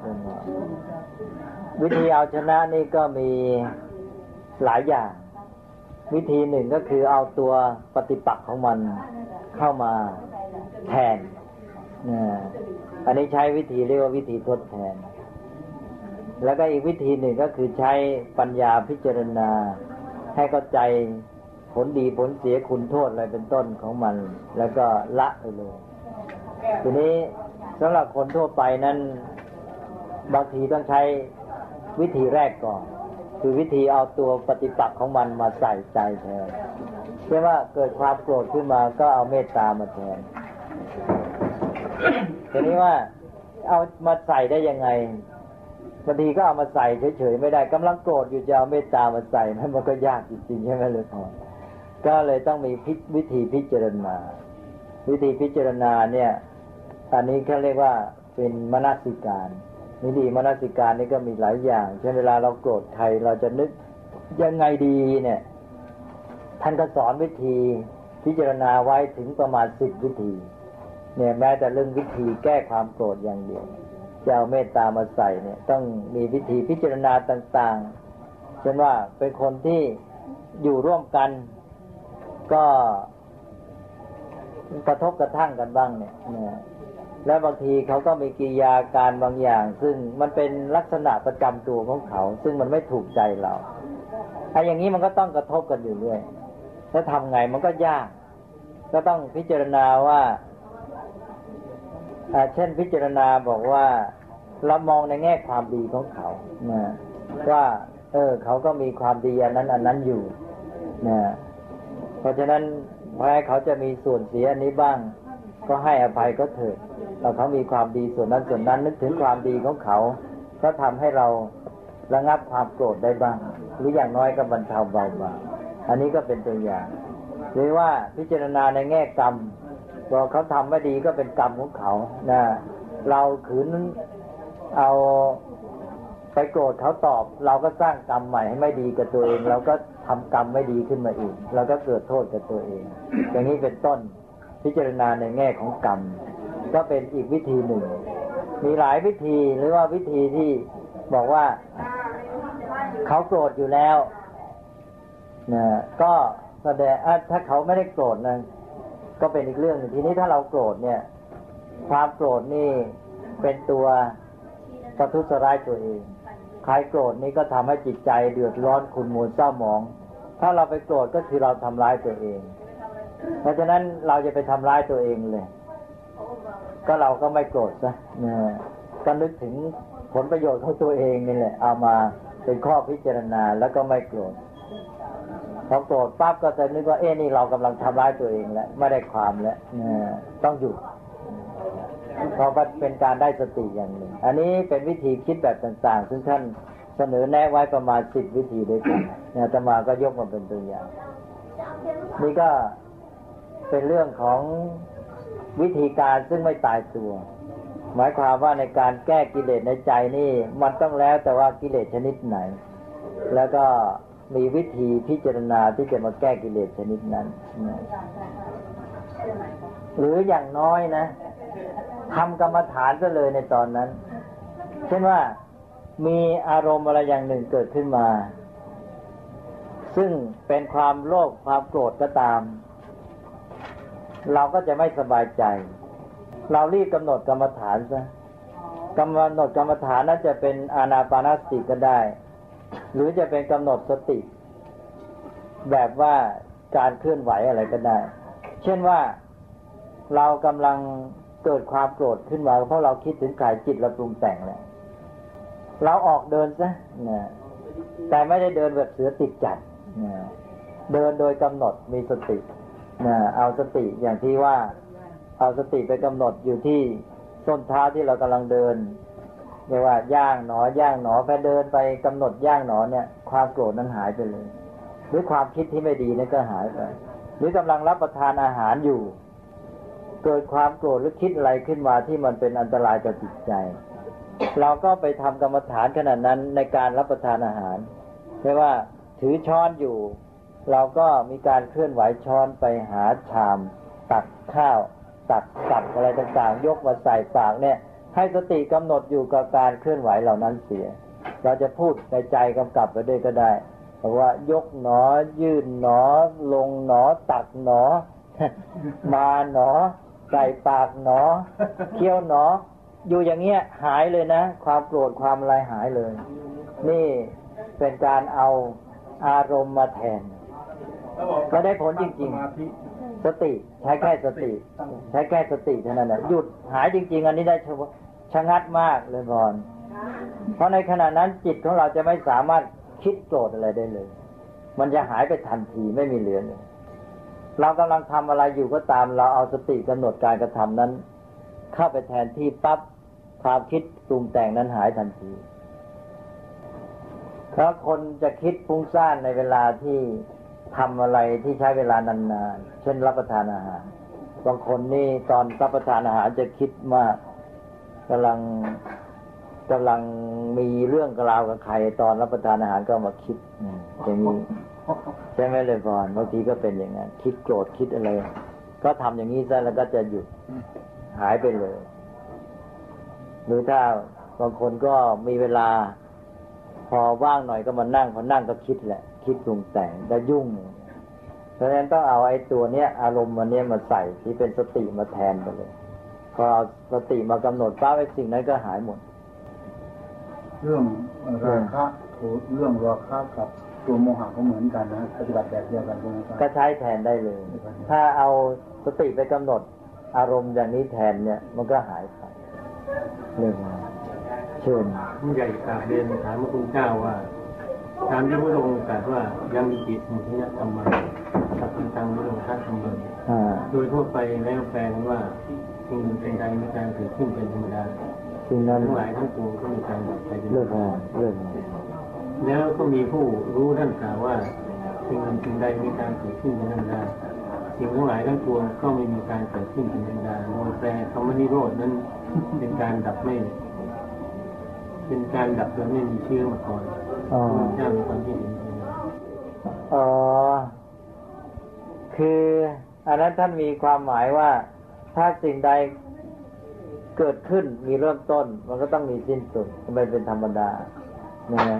วิธีเอาชนะนี่ก็มีหลายอย่างวิธีหนึ่งก็คือเอาตัวปฏิปักษ์ของมันเข้ามาแทนอันนี้ใช้วิธีเรียกว่าวิธีทดแทนแล้วก็อีกวิธีหนึ่งก็คือใช้ปัญญาพิจารณาให้เข้าใจผลดีผลเสียคุณโทษอะไรเป็นต้นของมันแล้วก็ละไปเลยทีนี้สำหรับคนทั่วไปนั้นบางทีต้องใช้วิธีแรกก่อนคือวิธีเอาตัวปฏิปักษ์ของมันมาใส่ใจแทนเช่นว่าเกิดความโกรธขึ้นมาก็เอาเมตตามาแทนทีนี้ว่าเอามาใส่ได้ยังไงบางทีก็เอามาใส่เฉยๆไม่ได้กำลังโกรธอยู่จะเอาเมตตามาใส่มันก็ยากจริงๆใช่ไหมเลยพ่อก็เลยต้องมีวิธีพิจารณาวิธีพิจารณาเนี่ยอันนี้เขาเรียกว่าเป็นมนสิการวิธีมนสิการนี่ก็มีหลายอย่างเช่นเวลาเราโกรธใครเราจะนึกยังไงดีเนี่ยท่านก็สอนวิธีพิจารณาไว้ถึงประมาณ10 วิธีเนี่ยแม้แต่เรื่องวิธีแก้ความโกรธอย่างเดียวจะเอาเมตตามาใส่เนี่ยต้องมีวิธีพิจารณาต่างๆเช่นว่าเป็นคนที่อยู่ร่วมกันก็กระทบกระทั่งกันบ้างเนี่ยและบางทีเขาก็มีกิริยาการบางอย่างซึ่งมันเป็นลักษณะประจำตัวของเขาซึ่งมันไม่ถูกใจเราไอ้อย่างนี้มันก็ต้องกระทบกันอยู่เรื่อยแล้วทำไงมันก็ยากก็ต้องพิจารณาว่าเช่นพิจารณาบอกว่าเรามองในแง่ความดีของเขาว่าเขาก็มีความดีอันนั้นอยู่เพราะฉะนั้นแม้เขาจะมีส่วนเสียอันนี้บ้างก็ให้อภัยก็เถิดเขามีความดีส่วนนั้นนึกถึงความดีของเขาก็ทำให้เราระงับความโกรธได้บ้างหรืออย่างน้อยก็บรรเทาเบาบางอันนี้ก็เป็นตัวอย่างหรือว่าพิจารณาในแง่กรรมว่าเขาทำไม่ดีก็เป็นกรรมของเขาเราขืนเอาไปโกรธเขาตอบเราก็สร้างกรรมใหม่ให้ไม่ดีกับตัวเองเราก็ทำกรรมไม่ดีขึ้นมาอีกเราก็เกิดโทษกับตัวเองอย่างนี้เป็นต้นพิจารณาในแง่ของกรรมก็เป็นอีกวิธีหนึ่งมีหลายวิธีหรือว่าวิธีที่บอกว่าเขาโกรธอยู่แล้วนะก็แสดงถ้าเขาไม่ได้โกรธนะก็เป็นอีกเรื่องนึงทีนี้ถ้าเราโกรธเนี่ยความโกรธนี่เป็นตัวประทุษร้ายตัวเองใครโกรธนี่ก็ทำให้จิตใจเดือดร้อนขุ่นมัวเศร้าหมองถ้าเราไปโกรธก็คือเราทำร้ายตัวเองเพราะฉะนั้นเราจะไปทำร้ายตัวเองเลยก็เราก็ไม่โกรธซะก็นึกถึงผลประโยชน์ของตัวเองนี่แหละเอามาเป็นข้อพิจารณาแล้วก็ไม่โกรธพอโกรธปั๊บก็จะนึกว่านี่เรากำลังทำร้ายตัวเองแล้วไม่ได้ความแล้วต้องหยุดเพราะว่าเป็นการได้สติอย่างหนึ่งอันนี้เป็นวิธีคิดแบบต่างๆซึ่งท่านเสนอแนะไว้ประมาณ10 วิธีด้วยกันอาตมาก็ยกมาเป็นตัวอย่างนี่ก็เป็นเรื่องของวิธีการซึ่งไม่ตายตัวหมายความว่าในการแก้กิเลสในใจนี่มันต้องแล้วแต่ว่ากิเลสชนิดไหนแล้วก็มีวิธีพิจารณาที่จะมาแก้กิเลสชนิดนั้นหรืออย่างน้อยนะทำกรรมฐานซะเลยในตอนนั้นเช่นว่ามีอารมณ์อะไรอย่างหนึ่งเกิดขึ้นมาซึ่งเป็นความโลภความโกรธก็ตามเราก็จะไม่สบายใจเรารีบกำหนดกรรมฐานซะกำหนดกรรมฐานนั้นจะเป็นอานาปานสติก็ได้หรือจะเป็นกำหนดสติแบบว่าการเคลื่อนไหวอะไรก็ได้เช่นว่าเรากำลังเกิดความโกรธขึ้นมาเพราะเราคิดถึงกายจิตเราปรุงแต่งแล้วเราออกเดินซะนะแต่ไม่ได้เดินแบบเสือติดจัดนะเดินโดยกำหนดมีสตินะเอาสติอย่างที่ว่าเอาสติไปกำหนดอยู่ที่ส้นเท้าที่เรากำลังเดินเรียกว่าย่างหนอย่างหนอไปเดินไปกำหนดย่างหนอเนี่ยความโกรธนั้นหายไปเลยหรือความคิดที่ไม่ดีนั้นก็หายไปหรือกำลังรับประทานอาหารอยู่เกิดความโกรธหรือคิดอะไรขึ้นมาที่มันเป็นอันตรายต่อจิตใจเราก็ไปทำกรรมฐานขนาดนั้นในการรับประทานอาหารเรียกว่าถือช้อนอยู่เราก็มีการเคลื่อนไหวช้อนไปหาชามตักข้าวตักกับอะไรต่างๆยกมาใส่ปากเนี่ยให้สติกำหนดอยู่กับการเคลื่อนไหวเหล่านั้นเสียเราจะพูดในใจกำกับไปด้วยก็ได้บอกว่ายกหนอยื่นหนอลงหนอตักหนอมาหนอใส่ปากหนอเคี้ยวหนออยู่อย่างเงี้ยหายเลยนะความโกรธความอะไรหายเลยนี่เป็นการเอาอารมณ์มาแทนก็ได้ผลจริงๆสติใช้แค่สติใช้แค่สติเท่านั้นแหละหยุดหายจริงๆอันนี้ได้ชะงัดมากเลยพรเพราะในขณะนั้นจิตของเราจะไม่สามารถคิดโกรธอะไรได้เลยมันจะหายไปทันทีไม่มีเหลือเลยเรากำลังทำอะไรอยู่ก็ตามเราเอาสติกำหนดการกระทำนั้นเข้าไปแทนที่ปั๊บความคิดปรุงแต่งนั้นหายทันทีเพราะคนจะคิดฟุ้งซ่านในเวลาที่ทำอะไรที่ใช้เวลานานๆเช่นรับประทานอาหารบางคนนี่ตอนรับประทานอาหารจะคิดมากกำลังมีเรื่องกล่าวกับใครตอนรับประทานอาหารก็มาคิดอย่างนี้ใช่ไหมเลยพรบางทีก็เป็นอย่างนั้นคิดโกรธคิดอะไรก็ทำอย่างนี้ซะแล้วก็จะหยุดหายไปเลยหรือถ้าบางคนก็มีเวลาพอว่างหน่อยก็มานั่งพอนั่งก็คิดแหละคิดปรุงแต่งจะยุ่งเพราะฉะนั้นต้องเอาไอ้ตัวเนี้ยอารมณ์มันเนี้ยมาใส่ที่เป็นสติมาแทนไปเลยพอเอาสติมากำหนดปั๊บไอ้สิ่งนั้นก็หายหมดเรื่องราคะเรื่องราคะกับตัวโมหะก็เหมือนกันนะปฏิบัติแบบเดียวกันใช่ไหมครับก็ใช้แทนได้เลยถ้าเอาสติไปกำหนดอารมณ์อย่างนี้แทนเนี่ยมันก็หายไปเรื่องเชิญผู้ใหญ่กราบเรียนถามพระคุณเจ้าว่าตามที่พระองค์ตรัสว่ายังมีจิตมุทิยธรรมะสัพพัญญังวิโรธธรรมะโดยทั่วไปแล้วแปลว่าสิ่งใดมีการเกิดขึ้นเป็นธรรมดาสิ่งนั้นทั้งหลายทั้งปวงก็มีการดับไปเรื่องแล้วก็มีผู้รู้ท่านกล่าวว่าสิ่งใดมีการเกิดขึ้นเป็นธรรมดาสิ่งทั้งหลายทั้งปวงก็ไม่มีการเกิดขึ้นเป็นธรรมดาโดยแปลคำว่านิโรธนั้นเป็นการดับไม่เป็นการดับโดยไม่มีเชื้อมาก่อนเจ้ามีความคิดเห็นคืออันนั้นท่านมีความหมายว่าถ้าสิ่งใดเกิดขึ้นมีเริ่มต้นมันก็ต้องมีสิ้นสุดมันเป็นธรรมดานะฮะ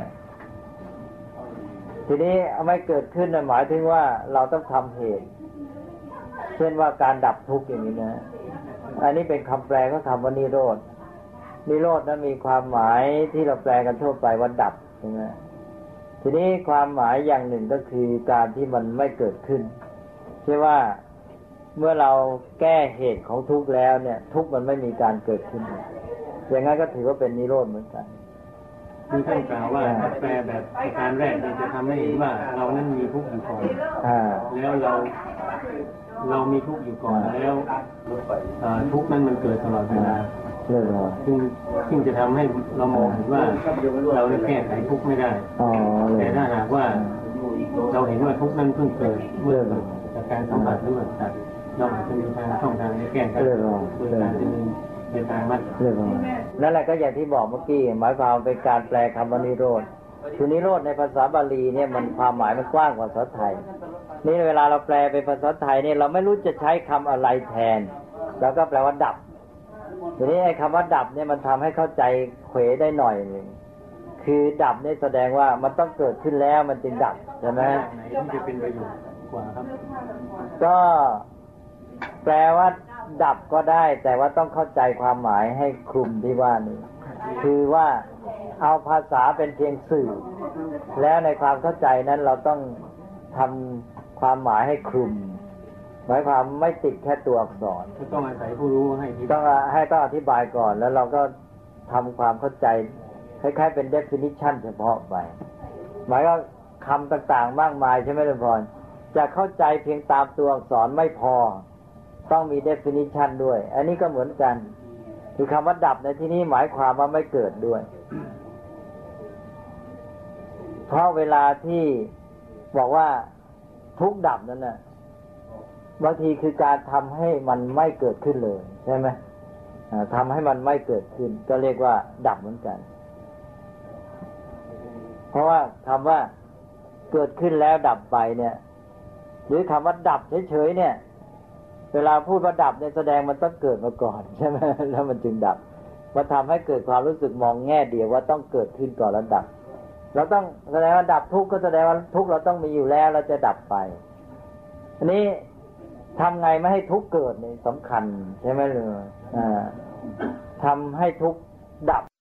ทีนี้ไม่เกิดขึ้นหมายถึงว่าเราต้องทำเหตุเช่นว่าการดับทุกข์อย่างนี้นะอันนี้เป็นคำแปลเขาทำว่านิโรธนิโรธนั้นมีความหมายที่เราแปลกันทั่วไปว่าดับใช่ไหมทีนี้ความหมายอย่างหนึ่งก็คือการที่มันไม่เกิดขึ้นใช่ว่าเมื่อเราแก้เหตุของทุกข์แล้วเนี่ยทุกข์มันไม่มีการเกิดขึ้นอย่างนั้นก็ถือว่าเป็นนิโรธเหมือนกันคือท่านกล่าวว่าถ้าแปลแบบการแรกจะทำให้เห็นว่าเรานั้นมีทุกข์อยู่ก่อนแล้วเรามีทุกข์อยู่ก่อนแล้วทุกข์นั้นมันเกิดตลอดเวลาซึ่งจะทำให้เรามองเห็นว่าเราได้แก้ไขทุกข์ไม่ได้แต่ถ้าหากว่าเราเห็นว่าทุกข์นั้นเพิ่งเกิดเมื่อจากการสัมผัสหรือว่าจากเราอาจจะมีทางช่องทางในแก้ไขโดยการจะมีในทางมัดนั่นแหละก็อย่างที่บอกเมื่อกี้หมายความเป็นการแปลคำว่านิโรธคือนิโรธในภาษาบาลีเนี่ยมันความหมายมันกว้างกว่าภาษาไทยนี่เวลาเราแปลเป็นภาษาไทยเนี่ยเราไม่รู้จะใช้คำอะไรแทนแล้วก็แปลว่าดับทีนี้ไอ้คำว่าดับเนี่ยมันทำให้เข้าใจเขวได้หน่อยนึงคือดับเนี่ยแสดงว่ามันต้องเกิดขึ้นแล้วมันจึงดับใช่ไหมที่จะเป็นประโยชน์กว่าครับก็แปลว่าดับก็ได้แต่ว่าต้องเข้าใจความหมายให้คลุมที่ว่านี้คือว่าเอาภาษาเป็นเพียงสื่อแล้วในความเข้าใจนั้นเราต้องทำความหมายให้คลุมหมายความไม่ติดแค่ตัวอักษรต้องอาศัยผู้รู้ให้ต้องอธิบายก่อนแล้วเราก็ทำความเข้าใจคล้ายๆเป็น definition เฉพาะไปหมายว่าคำต่างๆมากมายใช่ไหมล่ะพรจะเข้าใจเพียงตามตัวอักษรไม่พอต้องมี definition ด้วยอันนี้ก็เหมือนกันคือคำว่าดับในที่นี้หมายความว่าไม่เกิดด้วยเพราะเวลาที่บอกว่าทุกข์ดับนั้นน่ะบางทีคือการทำให้มันไม่เกิดขึ้นเลยใช่ไหมทำให้มันไม่เกิดขึ้นก็เรียกว่าดับเหมือนกันเพราะว่าคำว่าเกิดขึ้นแล้วดับไปเนี่ยหรือคำว่าดับเฉยๆเนี่ยเวลาพูดว่าดับเนี่ยแสดงมันต้องเกิดมาก่อนใช่ไหมแล้วมันจึงดับมาทำให้เกิดความรู้สึกมองแง่เดียวว่าต้องเกิดขึ้นก่อนแล้วดับเราต้องแสดงว่าดับทุกข์ก็แสดงว่าทุกข์เราต้องมีอยู่แล้วเราจะดับไปอันนี้ทำไงไม่ให้ทุกข์เกิดเนี่ยสำคัญใช่ไหมเลยทำให้ทุกข์ดับ